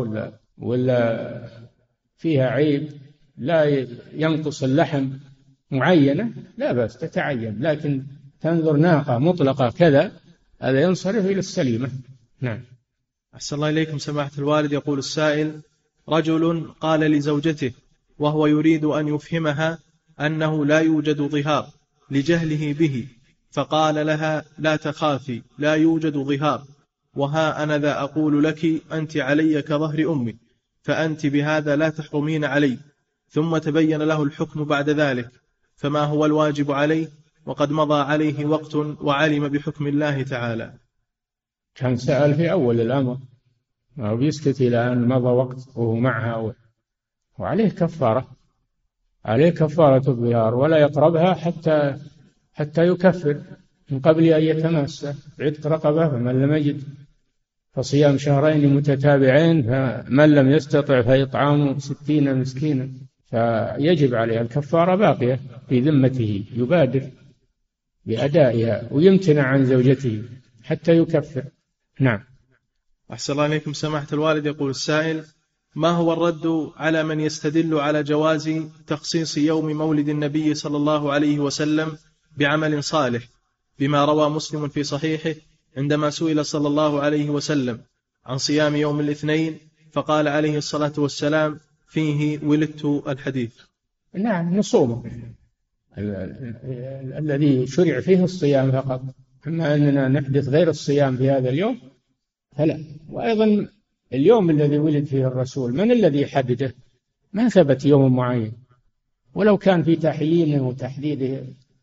ولا فيها عيب لا ينقص اللحم معينة لا بأس تتعين، لكن تنذر ناقة مطلقة كذا هذا ينصرف إلى السليمة. نعم. أحسن الله إليكم سماحة الوالد. يقول السائل: رجل قال لزوجته وهو يريد أن يفهمها أنه لا يوجد ظهار لجهله به، فقال لها: لا تخافي، لا يوجد ظهار، وها أنا ذا أقول لك أنت علي كظهر أمي، فأنت بهذا لا تحرمين علي. ثم تبين له الحكم بعد ذلك، فما هو الواجب عليه وقد مضى عليه وقت وعلم بحكم الله تعالى؟ كان سأل في أول الأمر، ما بيسكت إلى أن مضى وقت وهو معها، وعليه كفارة، عليه كفارة الظهار، ولا يقربها حتى يكفر من قبل أن يتماسى عتق رقبة، فمن لم يجد فصيام شهرين متتابعين، فمن لم يستطع فإطعام 60 مسكينا، فيجب عليه الكفارة باقية في ذمته، يبادر بأدائها ويمتنع عن زوجته حتى يكفر. نعم. أحسن الله عليكم سماحة الوالد. يقول السائل: ما هو الرد على من يستدل على جواز تخصيص يوم مولد النبي صلى الله عليه وسلم بعمل صالح، بما روى مسلم في صحيحه عندما سئل صلى الله عليه وسلم عن صيام يوم الاثنين فقال عليه الصلاة والسلام: فيه ولدت الحديث؟ نعم، نصومه الذي شرع فيه الصيام فقط، أما أننا نحدث غير الصيام في هذا اليوم فلا. وأيضا اليوم الذي ولد فيه الرسول من الذي حدده؟ ما ثبت يوم معين، ولو كان في تحيينه وتحديده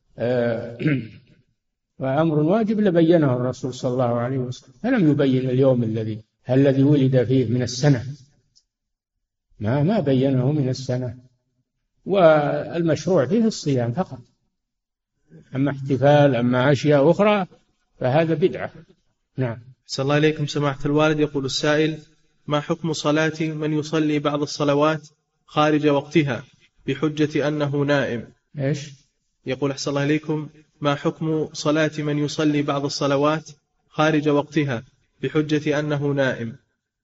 وأمر واجب لبينه الرسول صلى الله عليه وسلم، فلم يبين اليوم الذي ولد فيه من السنة، ما بينه من السنة، والمشروع فيه الصيام فقط. أما احتفال أما أشياء أخرى فهذا بدعة. نعم. صلى الله عليكم سماحة الوالد. يقول السائل: ما حكم صلاة من يصلي بعض الصلوات خارج وقتها بحجة أنه نائم. إيش؟ يقول أحسن الله إليكم: ما حكم صلاة من يصلي بعض الصلوات خارج وقتها بحجة أنه نائم؟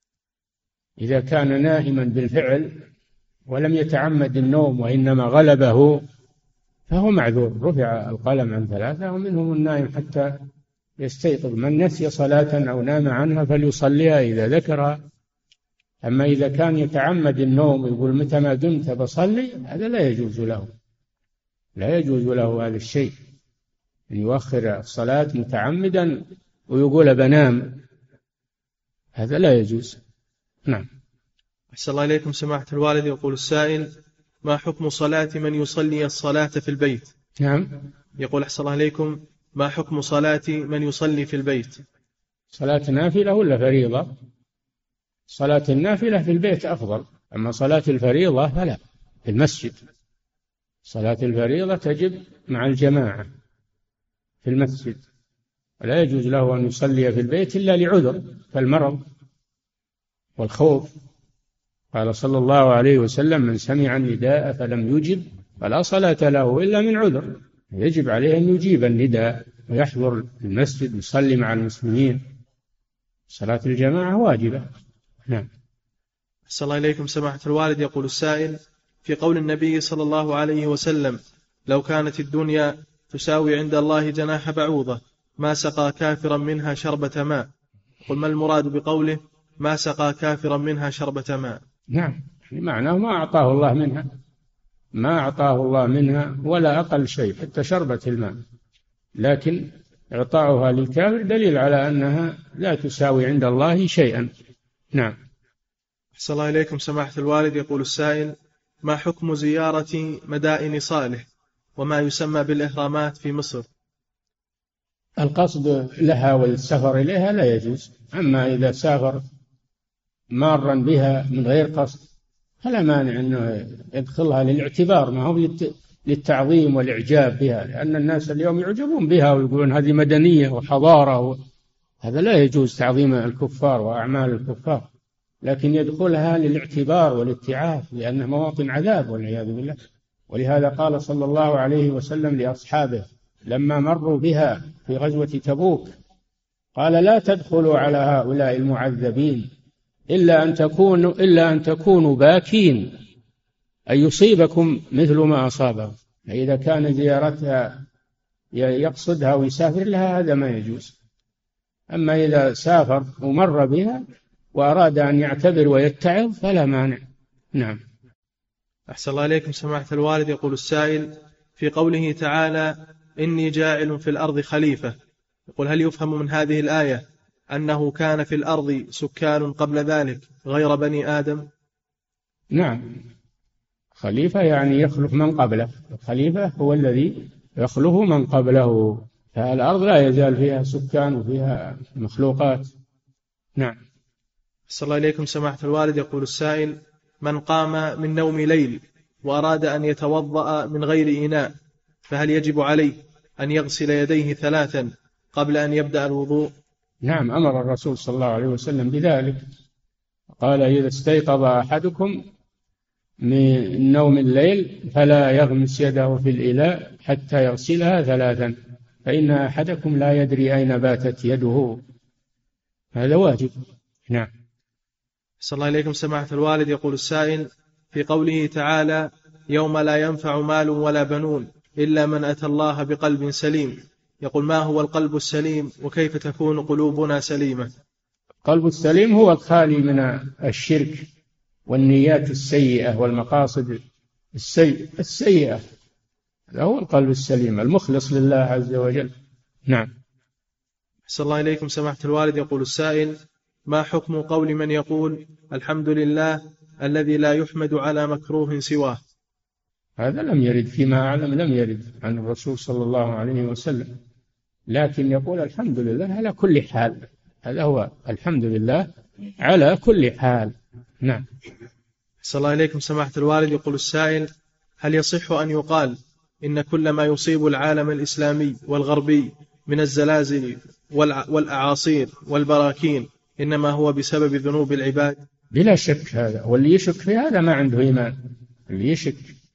إذا كان نائما بالفعل ولم يتعمد النوم وإنما غلبه فهو معذور، رفع القلم عن 3 ومنهم النائم حتى يستيقظ. من نسي صلاة أو نام عنها فليصليها إذا ذكرها. أما إذا كان يتعمد النوم يقول متى ما دمت بصلي، هذا لا يجوز له، لا يجوز له هذا الشيء، أن يؤخر الصلاة متعمدا ويقول بنام، هذا لا يجوز. نعم. أحسن الله إليكم سماحة الوالد. يقول السائل: ما حكم صلاة من يصلي الصلاة في البيت؟ نعم. يقول أحسن الله إليكم: ما حكم صلاة من يصلي في البيت؟ صلاة نافلة ولا فريضة؟ صلاة النافلة في البيت أفضل، أما صلاة الفريضة فلا، في المسجد. صلاة الفريضة تجب مع الجماعة في المسجد، ولا يجوز له أن يصلي في البيت إلا لعذر كالمرض والخوف. قال صلى الله عليه وسلم: من سمع النداء فلم يجب فلا صلاة له إلا من عذر. يجب عليه أن يجيب النداء ويحضر المسجد ويصلي مع المسلمين. صلاة الجماعة واجبة. نعم. أحسن الله إليكم سماحة الوالد. يقول السائل: في قول النبي صلى الله عليه وسلم: لو كانت الدنيا تساوي عند الله جناح بعوضة ما سقى كافرا منها شربة ماء، قل ما المراد بقوله ما سقى كافرا منها شربة ماء؟ نعم، معناه ما أعطاه الله منها، ما أعطاه الله منها ولا أقل شيء حتى شربة الماء، لكن إعطاؤها للكافر دليل على أنها لا تساوي عند الله شيئا. نعم. أحسن الله إليكم سماحة الوالد. يقول السائل: ما حكم زيارة مدائن صالح وما يسمى بالإهرامات في مصر؟ القصد لها والسفر إليها لا يجوز، أما إذا سافر مارا بها من غير قصد فلا مانع أنه يدخلها للاعتبار، ما هو للتعظيم والإعجاب بها، لأن الناس اليوم يعجبون بها ويقولون هذه مدنية وحضارة هذا لا يجوز، تعظيم الكفار وأعمال الكفار، لكن يدخلها للاعتبار والاتعاف، لأنها مواطن عذاب والعياذ بالله. ولهذا قال صلى الله عليه وسلم لأصحابه لما مروا بها في غزوة تبوك: قال لا تدخلوا على هؤلاء المعذبين إلا أن تكونوا باكين، أن يصيبكم مثل ما أصابهم. فإذا كان زيارتها يقصدها ويسافر لها هذا ما يجوز، أما إذا سافر ومر بها وأراد أن يعتبر ويتعظ فلا مانع. نعم. أحسن الله إليكم سماحة الوالد. يقول السائل: في قوله تعالى إني جاعل في الأرض خليفة، يقول هل يفهم من هذه الآية أنه كان في الأرض سكان قبل ذلك غير بني آدم؟ نعم، خليفة يعني يخلف من قبله، الخليفة هو الذي يخلف من قبله، فالأرض لا يزال فيها سكان وفيها مخلوقات. نعم. أحسن الله إليكم سماحة الوالد. يقول السائل: من قام من نوم ليل وأراد أن يتوضأ من غير إناء فهل يجب عليه أن يغسل يديه 3 قبل أن يبدأ الوضوء؟ نعم، أمر الرسول صلى الله عليه وسلم بذلك، قال إذا استيقظ أحدكم من نوم الليل فلا يغمس يده في الإناء حتى يغسلها 3 فإن أحدكم لا يدري أين باتت يده، هذا واجب. نعم. صلى الله عليكم سماحة الوالد. يقول السائل: في قوله تعالى يوم لا ينفع مال ولا بنون إلا من أتى الله بقلب سليم، يقول ما هو القلب السليم وكيف تكون قلوبنا سليمة؟ القلب السليم هو الخالي من الشرك والنيات السيئة والمقاصد السيئة، هذا هو القلب السليم المخلص لله عز وجل. نعم. أحسن الله إليكم سماحة الوالد. يقول السائل: ما حكم قول من يقول الحمد لله الذي لا يحمد على مكروه سواه؟ هذا لم يرد، فيما أعلم لم يرد عن الرسول صلى الله عليه وسلم، لكن يقول الحمد لله على كل حال، هذا هو الحمد لله على كل حال. نعم. أحسن الله إليكم سماحة الوالد. يقول السائل: هل يصح أن يقال إن كل ما يصيب العالم الإسلامي والغربي من الزلازل والأعاصير والبراكين إنما هو بسبب ذنوب العباد؟ بلا شك هذا، واللي يشك في هذا ما عنده إيمان، اللي يشك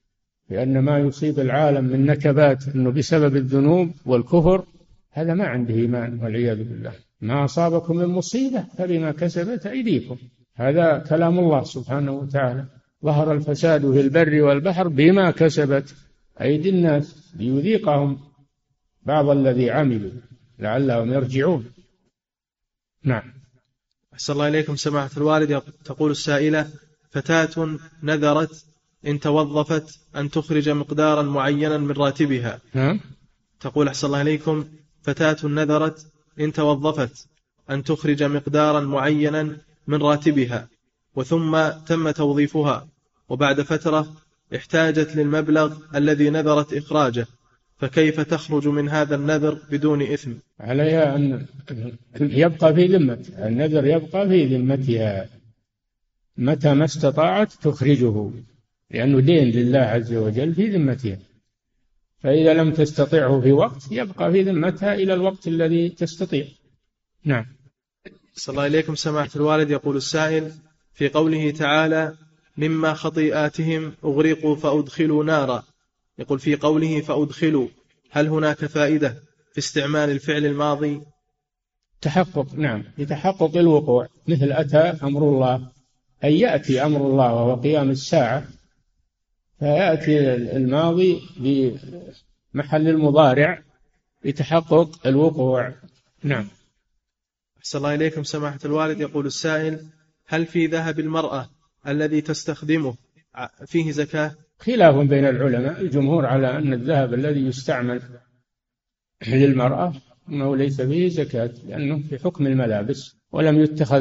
لأن ما يصيب العالم من نكبات أنه بسبب الذنوب والكفر، هذا ما عنده إيمان والعياذ بالله. ما أصابكم من مصيبة فبما كسبت أيديكم، هذا كلام الله سبحانه وتعالى. ظهر الفساد في البر والبحر بما كسبت أيدي الناس ليذيقهم بعض الذي عملوا لعلهم يرجعون. نعم. أحسن الله إليكم سماحة الوالد. تقول السائلة: فتاة نذرت إن توظفت أن تخرج مقدارا معينا من راتبها. تقول أحسن الله إليكم: فتاة نذرت إن توظفت أن تخرج مقدارا معينا من راتبها، وثم تم توظيفها، وبعد فترة احتاجت للمبلغ الذي نذرت إخراجه، فكيف تخرج من هذا النذر بدون إثم؟ عليها أن يبقى في ذمتها، النذر يبقى في ذمتها متى ما استطاعت تخرجه، لأنه دين لله عز وجل في ذمتها، فإذا لم تستطعه في وقت يبقى في ذمتها إلى الوقت الذي تستطيع. نعم. صلى الله إليكم سماحة الوالد. يقول السائل: في قوله تعالى: مما خطيئاتهم أغرقوا فأدخلوا نارا، يقول في قوله فأدخلوا، هل هناك فائدة في استعمال الفعل الماضي؟ تحقق، نعم، لتحقق الوقوع، مثل أتى أمر الله، أي يأتي أمر الله وهو قيام الساعة، فيأتي الماضي بمحل المضارع لتحقق الوقوع. نعم. أحسن الله إليكم سماحة الوالد. يقول السائل: هل في ذهب المرأة الذي تستخدمه فيه زكاة؟ خلاف بين العلماء، الجمهور على أن الذهب الذي يستعمل للمرأة أنه ليس فيه زكاة، لأنه في حكم الملابس ولم يتخذ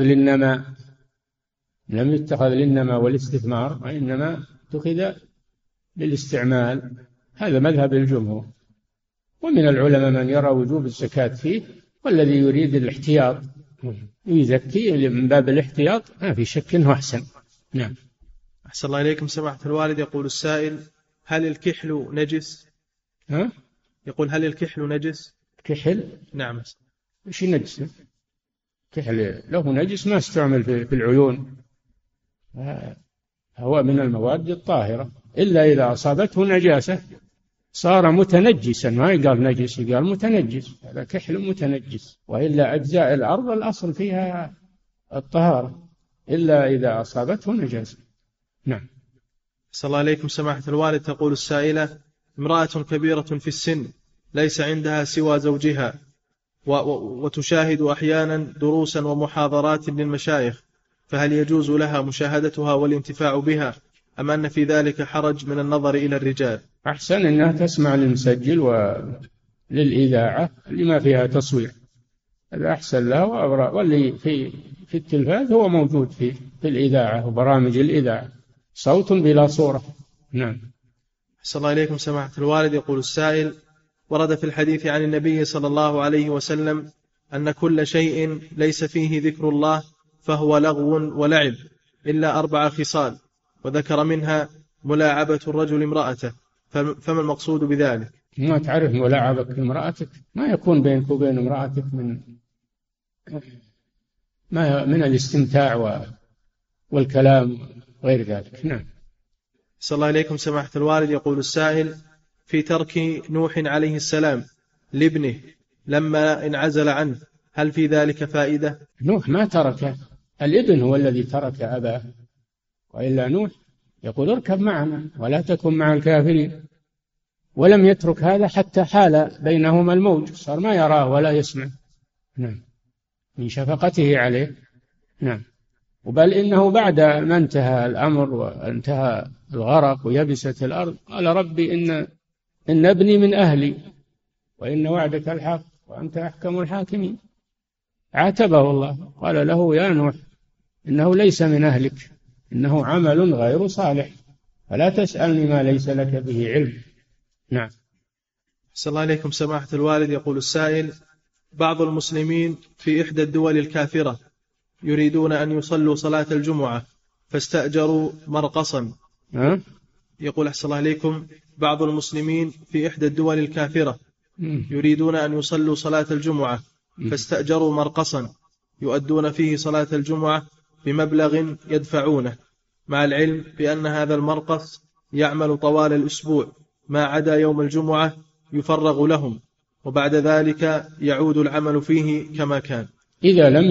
للنمى والاستثمار، وإنما اتخذ للاستعمال. هذا مذهب الجمهور. ومن العلماء من يرى وجوب الزكاة فيه، والذي يريد الاحتياط يزكي من باب الاحتياط، ما في شك أنه أحسن. نعم. أحسن الله إليكم سماحة الوالد. يقول السائل: هل الكحل نجس؟ يقول: هل الكحل نجس؟ كحل؟ نعم. ايش نجس؟ كحل له نجس، ما استعمل في العيون، هو من المواد الطاهرة، إلا إذا أصابته نجاسة صار متنجسا، ما يقال نجس، يقال متنجس، هذا كحل متنجس. وإلا أجزاء الأرض الأصل فيها الطهارة إلا إذا أصابته نجاسة. نعم. صلى الله عليكم سماحة الوالد. تقول السائلة: امرأة كبيرة في السن ليس عندها سوى زوجها، وتشاهد أحيانا دروسا ومحاضرات للمشايخ، فهل يجوز لها مشاهدتها والانتفاع بها، أم أن في ذلك حرج من النظر إلى الرجال؟ أحسن أنها تسمع للمسجل وللإذاعة اللي ما فيها تصوير، هذا أحسن لها وأبرأ. واللي في التلفاز هو موجود في الإذاعة وبرامج الإذاعة، صوت بلا صورة. نعم. أحسن الله إليكم سماحة الوالد. يقول السائل: ورد في الحديث عن النبي صلى الله عليه وسلم أن كل شيء ليس فيه ذكر الله فهو لغو ولعب إلا 4 خصال، وذكر منها ملاعبة الرجل امرأته، فما المقصود بذلك؟ ما تعرف ملاعبك امرأتك، ما يكون بينك وبين امرأتك من الاستمتاع والكلام غير ذلك. نعم. صلى الله عليكم سماحة الوالد. يقول السائل: في ترك نوح عليه السلام لابنه لما انعزل عنه، هل في ذلك فائدة؟ نوح ما تركه، الابن هو الذي ترك أباه، وإلا نوح يقول اركب معنا ولا تكن مع الكافرين، ولم يترك هذا حتى حال بينهما الموج، صار ما يراه ولا يسمع. نعم. من شفقته عليه. نعم. وبل إنه بعد ما انتهى الأمر وانتهى الغرق ويبست الأرض قال: ربي إن ابني من أهلي وإن وعدك الحق وأنت أحكم الحاكمين. عاتبه الله، قال له: يا نوح إنه ليس من أهلك، إنه عمل غير صالح، فلا تسألني ما ليس لك به علم. نعم. أحسن الله عليكم سماحة الوالد. يقول السائل: بعض المسلمين في إحدى الدول الكافرة يريدون أن يصلوا صلاة الجمعة فاستأجروا مرقصا. يقول أحسن الله عليكم: بعض المسلمين في إحدى الدول الكافرة يريدون أن يصلوا صلاة الجمعة فاستأجروا مرقصا يؤدون فيه صلاة الجمعة بمبلغ يدفعونه، مع العلم بأن هذا المرقص يعمل طوال الأسبوع ما عدا يوم الجمعة يفرغ لهم، وبعد ذلك يعود العمل فيه كما كان. إذا لم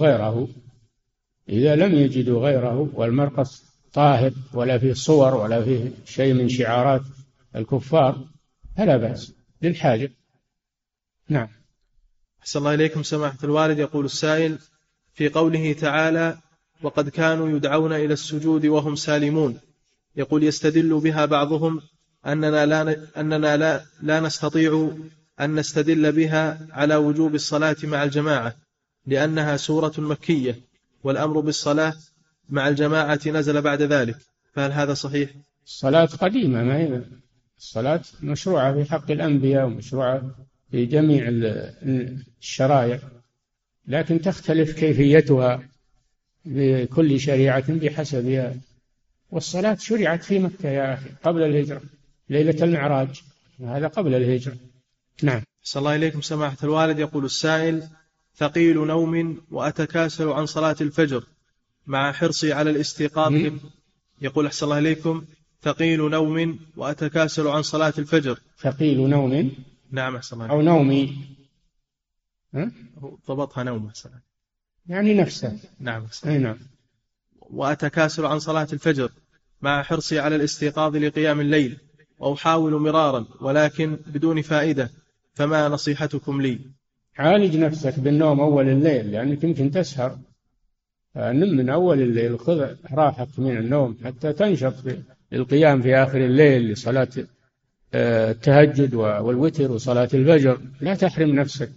يجدوا غيره والمرقص طاهر ولا فيه صور ولا فيه شيء من شعارات الكفار فلا بأس للحاجة. نعم. أحسن الله إليكم سماحة الوالد. يقول السائل: في قوله تعالى: وقد كانوا يدعون إلى السجود وهم سالمون، يقول: يستدل بها بعضهم أننا لا نستطيع أن نستدل بها على وجوب الصلاة مع الجماعة لأنها سورة مكية، والأمر بالصلاة مع الجماعة نزل بعد ذلك، فهل هذا صحيح؟ الصلاة قديمة، ما هي الصلاة مشروعة في حق الأنبياء ومشروعة في جميع الشرائع، لكن تختلف كيفيتها بكل شريعة بحسبها. والصلاة شرعت في مكة يا أخي قبل الهجرة، ليلة المعراج، هذا قبل الهجرة. نعم. أحسن الله إليكم سماحة الوالد. يقول السائل: ثقيل نوم وأتكاسل عن صلاة الفجر مع حرصي على الاستيقاظ. يقول: أحسن الله إليكم: ثقيل نوم وأتكاسل عن صلاة الفجر. ثقيل نوم. نعم أحسن الله. أو نومي. ضبطها نوم أحسن. يعني نفسه. نعم. نعم. وأتكاسل عن صلاة الفجر مع حرصي على الاستيقاظ لقيام الليل، وأحاول مرارا ولكن بدون فائدة، فما نصيحتكم لي؟ عالج نفسك بالنوم أول الليل، لأنك يمكن تسهر. نم من أول الليل، خذ راحك من النوم حتى تنشط للقيام في آخر الليل لصلاة التهجد والوتر وصلاة الفجر. لا تحرم نفسك.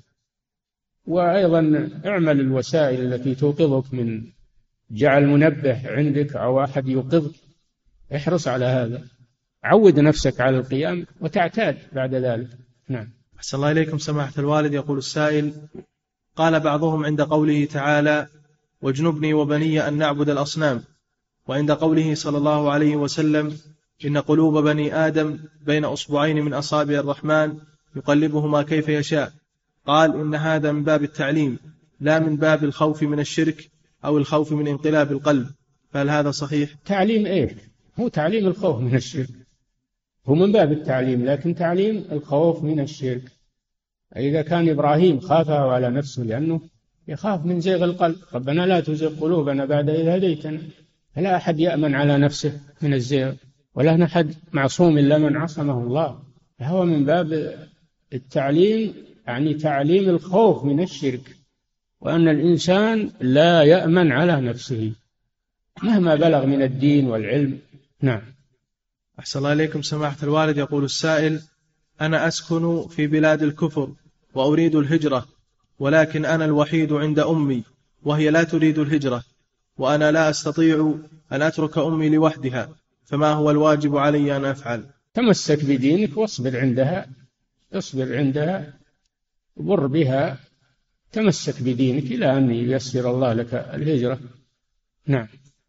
وأيضا اعمل الوسائل التي توقظك، من جعل منبه عندك أو أحد يوقظك، احرص على هذا. عود نفسك على القيام وتعتاد بعد ذلك. نعم. أحسن الله إليكم سماحة الوالد. يقول السائل: قال بعضهم عند قوله تعالى: واجنبني وبني أن نعبد الأصنام، وعند قوله صلى الله عليه وسلم: إن قلوب بني آدم بين أصبعين من أصابع الرحمن يقلبهما كيف يشاء، قال: إن هذا من باب التعليم لا من باب الخوف من الشرك أو الخوف من انقلاب القلب، فهل هذا صحيح؟ تعليم إيه؟ هو تعليم الخوف من الشرك، هو من باب التعليم، لكن تعليم الخوف من الشرك. إذا كان إبراهيم خافه على نفسه لأنه يخاف من زيغ القلب، ربنا لا تزغ قلوبنا بعد إذ هديتنا. فلا أحد يأمن على نفسه من الزيغ، ولا أحد معصوم إلا من عصمه الله. فهو من باب التعليم، يعني تعليم الخوف من الشرك، وأن الإنسان لا يأمن على نفسه مهما بلغ من الدين والعلم. نعم. أحسن الله إليكم سماحة الوالد. يقول السائل: أنا أسكن في بلاد الكفر وأريد الهجرة، ولكن أنا الوحيد عند أمي وهي لا تريد الهجرة، وأنا لا أستطيع أن أترك أمي لوحدها، فما هو الواجب علي أن أفعل؟ تمسك بدينك واصبر عندها، اصبر عندها، بر بها، تمسك بدينك إلى أن ييسر الله لك الهجرة. نعم.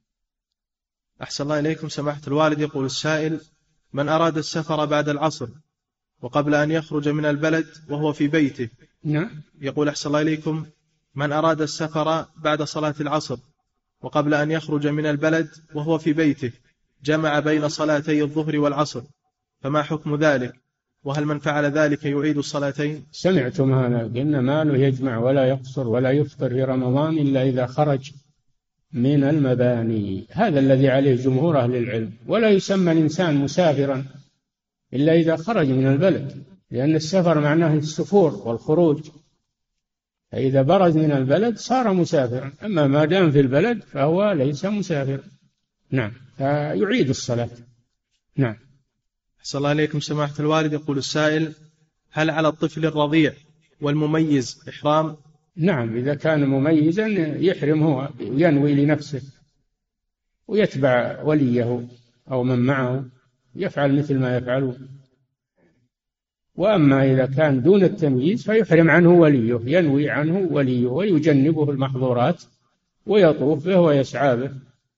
أحسن الله إليكم سماحة الوالد. يقول السائل: من أراد السفر بعد العصر وقبل أن يخرج من البلد وهو في بيته. نعم. يقول: أحسن الله إليكم: من أراد السفر بعد صلاة العصر وقبل أن يخرج من البلد وهو في بيته، جمع بين صلاتي الظهر والعصر، فما حكم ذلك؟ وهل من فعل ذلك يعيد الصلاتين؟ سمعتم هذا؟ قلنا ما له يجمع ولا يقصر ولا يفطر في رمضان إلا إذا خرج من المباني. هذا الذي عليه جمهور أهل العلم. ولا يسمى الإنسان مسافرا إلا إذا خرج من البلد، لأن السفر معناه السفور والخروج، فإذا برز من البلد صار مسافرا. أما ما دام في البلد فهو ليس مسافرا. نعم. فيعيد الصلاة. نعم. أحسن الله إليكم سماحة الوالد. يقول السائل: هل على الطفل الرضيع والمميز إحرام؟ نعم، إذا كان مميزا يحرم هو، ينوي لنفسه ويتبع وليه أو من معه، يفعل مثل ما يفعله. وأما إذا كان دون التمييز فيحرم عنه وليه، ينوي عنه وليه ويجنبه المحظورات ويطوف به ويسعى به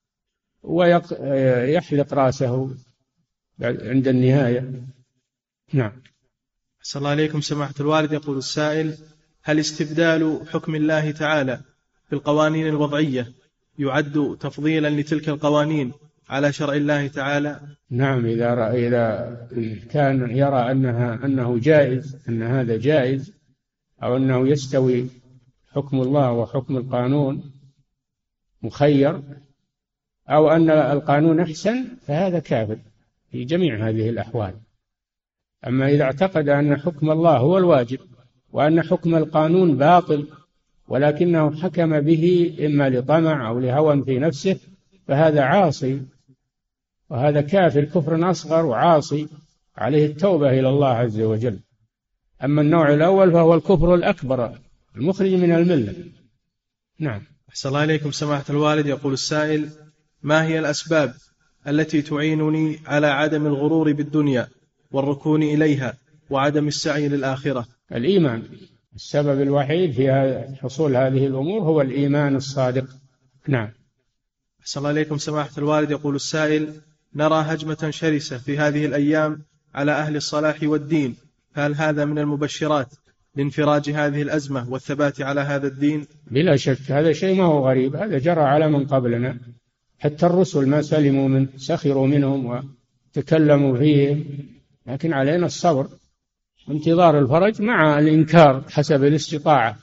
ويحلق رأسه عند النهاية. نعم. أحسن الله إليكم سماحة الوالد. يقول السائل: هل استبدال حكم الله تعالى في القوانين الوضعية يعد تفضيلا لتلك القوانين على شرع الله تعالى؟ نعم، إذا كان يرى أنه جائز، أن هذا جائز، أو أنه يستوي حكم الله وحكم القانون، مخير، أو أن القانون أحسن، فهذا كافر في جميع هذه الأحوال. أما إذا اعتقد أن حكم الله هو الواجب وأن حكم القانون باطل ولكنه حكم به إما لطمع أو لهوى في نفسه، فهذا عاصي، وهذا كافر كفر أصغر وعاصي، عليه التوبة إلى الله عز وجل. أما النوع الأول فهو الكفر الأكبر المخرج من الملة. نعم. أحسن الله إليكم سماحة الوالد. يقول السائل: ما هي الأسباب التي تعينني على عدم الغرور بالدنيا والركون إليها وعدم السعي للآخرة؟ الإيمان. السبب الوحيد في حصول هذه الأمور هو الإيمان الصادق. نعم. أحسن الله إليكم سماحة الوالد. يقول السائل: نرى هجمة شرسة في هذه الأيام على أهل الصلاح والدين، فهل هذا من المبشرات لانفراج هذه الأزمة والثبات على هذا الدين؟ بلا شك، هذا شيء ما هو غريب، هذا جرى على من قبلنا، حتى الرسل ما سلموا منه، سخروا منهم وتكلموا فيهم، لكن علينا الصبر وانتظار الفرج مع الإنكار حسب الاستطاعة،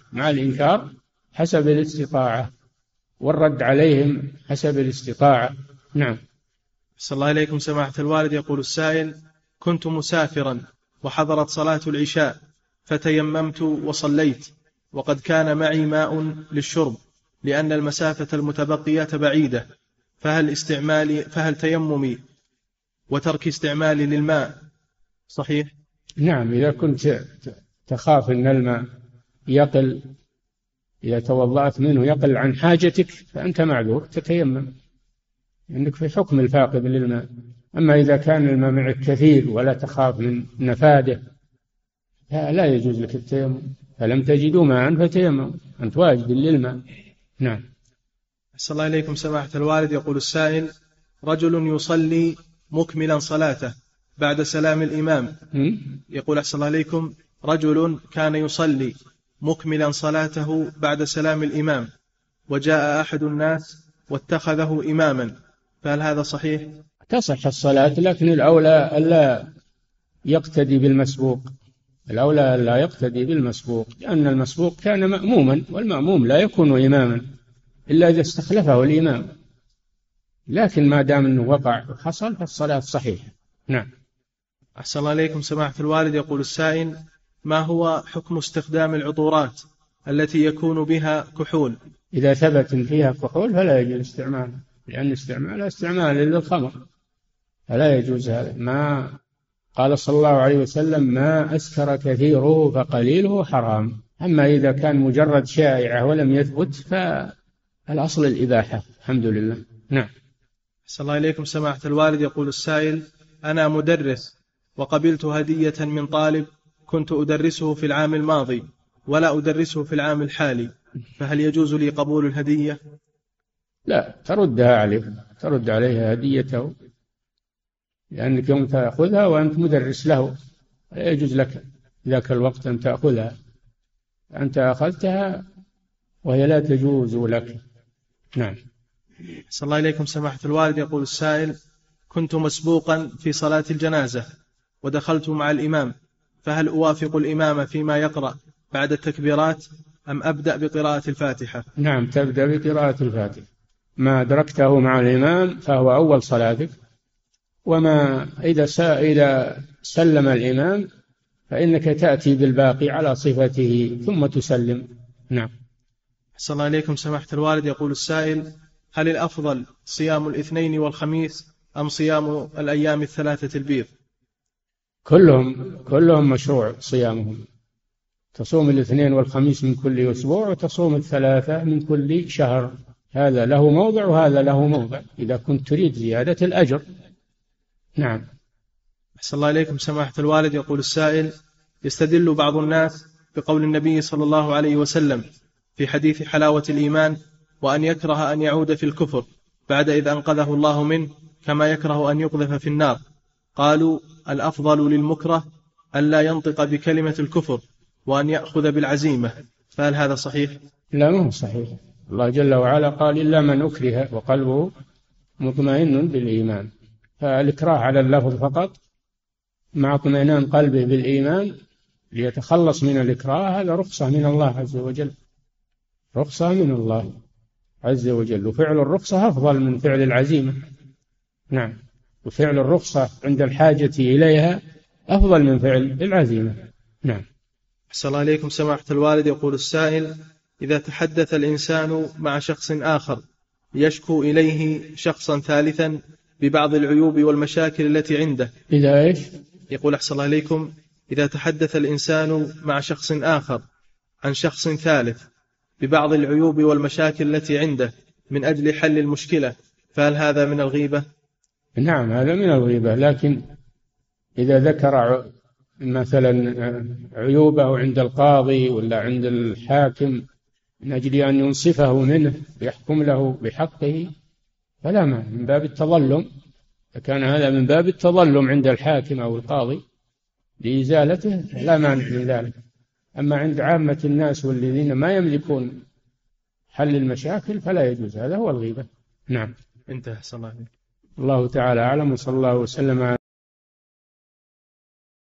والرد عليهم حسب الاستطاعة. نعم. أحسن الله إليكم سماحة الوالد. يقول السائل: كنت مسافرا وحضرت صلاة العشاء فتيممت وصليت، وقد كان معي ماء للشرب لأن المسافة المتبقية بعيدة، فهل تيممي وترك استعمالي للماء صحيح؟ نعم، إذا كنت تخاف أن الماء يقل، إذا توضأت منه يقل عن حاجتك، فأنت معذور، تتيمم، عندك في حكم الفاقد للماء. أما إذا كان الماء معك كثير ولا تخاف من نفاده، لا يجوز لك التيمم. فلم تجدوا ماء فتيمموا، أنت واجد للماء. نعم. أحسن الله إليكم سماحة الوالد. يقول السائل: رجل يصلي مكملا صلاته بعد سلام الإمام. يقول: أحسن الله إليكم، رجل كان يصلي مكملا صلاته بعد سلام الإمام، وجاء أحد الناس واتخذه إماما، فهل هذا صحيح؟ تصح الصلاة، لكن الأولى ألا يقتدي بالمسبوق، لأن المسبوق كان مأموما، والمأموم لا يكون إماما إلا إذا استخلفه الإمام، لكن ما دام أنه وقع وحصل فالصلاة صحيحة. نعم. أحسن الله إليكم سماحة الوالد. يقول السائل: ما هو حكم استخدام العطورات التي يكون بها كحول؟ إذا ثبت فيها كحول فلا يجوز استعمالها، لأن استعمالها استعمال للخمر، فلا يجوز هذا. ما قال صلى الله عليه وسلم: ما أسكر كثيره فقليله حرام. أما إذا كان مجرد شائعة ولم يثبت فالأصل الإباحة، الحمد لله. نعم. أحسن الله إليكم سماحة الوالد. يقول السائل: أنا مدرس وقبلت هدية من طالب كنت أدرسه في العام الماضي ولا أدرسه في العام الحالي، فهل يجوز لي قبول الهدية؟ لا، تردها عليه، ترد عليه هديته، لأنك يوم تأخذها وأنت مدرس له لا يجوز لك ذاك الوقت أن تأخذها، أنت أخذتها وهي لا تجوز لك. نعم. صلى الله إليكم سماحة الوالد. يقول السائل: كنت مسبوقا في صلاة الجنازة ودخلت مع الإمام، فهل أوافق الإمام فيما يقرأ بعد التكبيرات أم أبدأ بقراءة الفاتحة؟ نعم، تبدأ بقراءة الفاتحة، ما أدركته مع الإمام فهو أول صلاتك، وما إذا سلم الإمام فإنك تأتي بالباقي على صفته ثم تسلم. نعم. أحسن الله إليكم سماحة الوالد. يقول السائل: هل الأفضل صيام الاثنين والخميس أم صيام الأيام الثلاثة البيض؟ كلهم مشروع صيامهم، تصوم الاثنين والخميس من كل أسبوع، وتصوم الثلاثة من كل شهر، هذا له موضع وهذا له موضع إذا كنت تريد زيادة الأجر. نعم. أحسن الله إليكم سماحة الوالد. يقول السائل: يستدل بعض الناس بقول النبي صلى الله عليه وسلم في حديث حلاوة الإيمان: وأن يكره أن يعود في الكفر بعد إذ أنقذه الله منه كما يكره أن يقذف في النار. قالوا: الأفضل للمكره ألا ينطق بكلمة الكفر وأن يأخذ بالعزيمة، فهل هذا صحيح؟ لا، ما هو صحيح. الله جل وعلا قال: إلا من أكره وقلبه مطمئن بالإيمان. فالإكراه على اللفظ فقط مع اطمئنان قلبه بالإيمان ليتخلص من الإكراه، هذا رخصة من الله عز وجل، رخصة من الله عز وجل. وفعل الرخصة أفضل من فعل العزيمة. نعم، وفعل الرخصة عند الحاجة إليها أفضل من فعل العزيمة. نعم. أحسن الله عليكم سماحة الوالد. يقول السائل: إذا تحدث الإنسان مع شخص آخر يشكو إليه شخصا ثالثا ببعض العيوب والمشاكل التي عنده، إذا إيش؟ يقول أحسن الله عليكم: إذا تحدث الإنسان مع شخص آخر عن شخص ثالث ببعض العيوب والمشاكل التي عنده من أجل حل المشكلة، فهل هذا من الغيبة؟ نعم، هذا من الغيبة، لكن إذا ذكر مثلا عيوبه عند القاضي ولا عند الحاكم من أجل أن ينصفه منه ويحكم له بحقه فلا مانع، من باب التظلم. فكان هذا من باب التظلم عند الحاكم أو القاضي لإزالته لا مانع من ذلك. أما عند عامة الناس والذين ما يملكون حل المشاكل فلا يجوز، هذا هو الغيبة. نعم. انتهى. صلى الله عليه. الله تعالى أعلم، وصلى الله وسلم على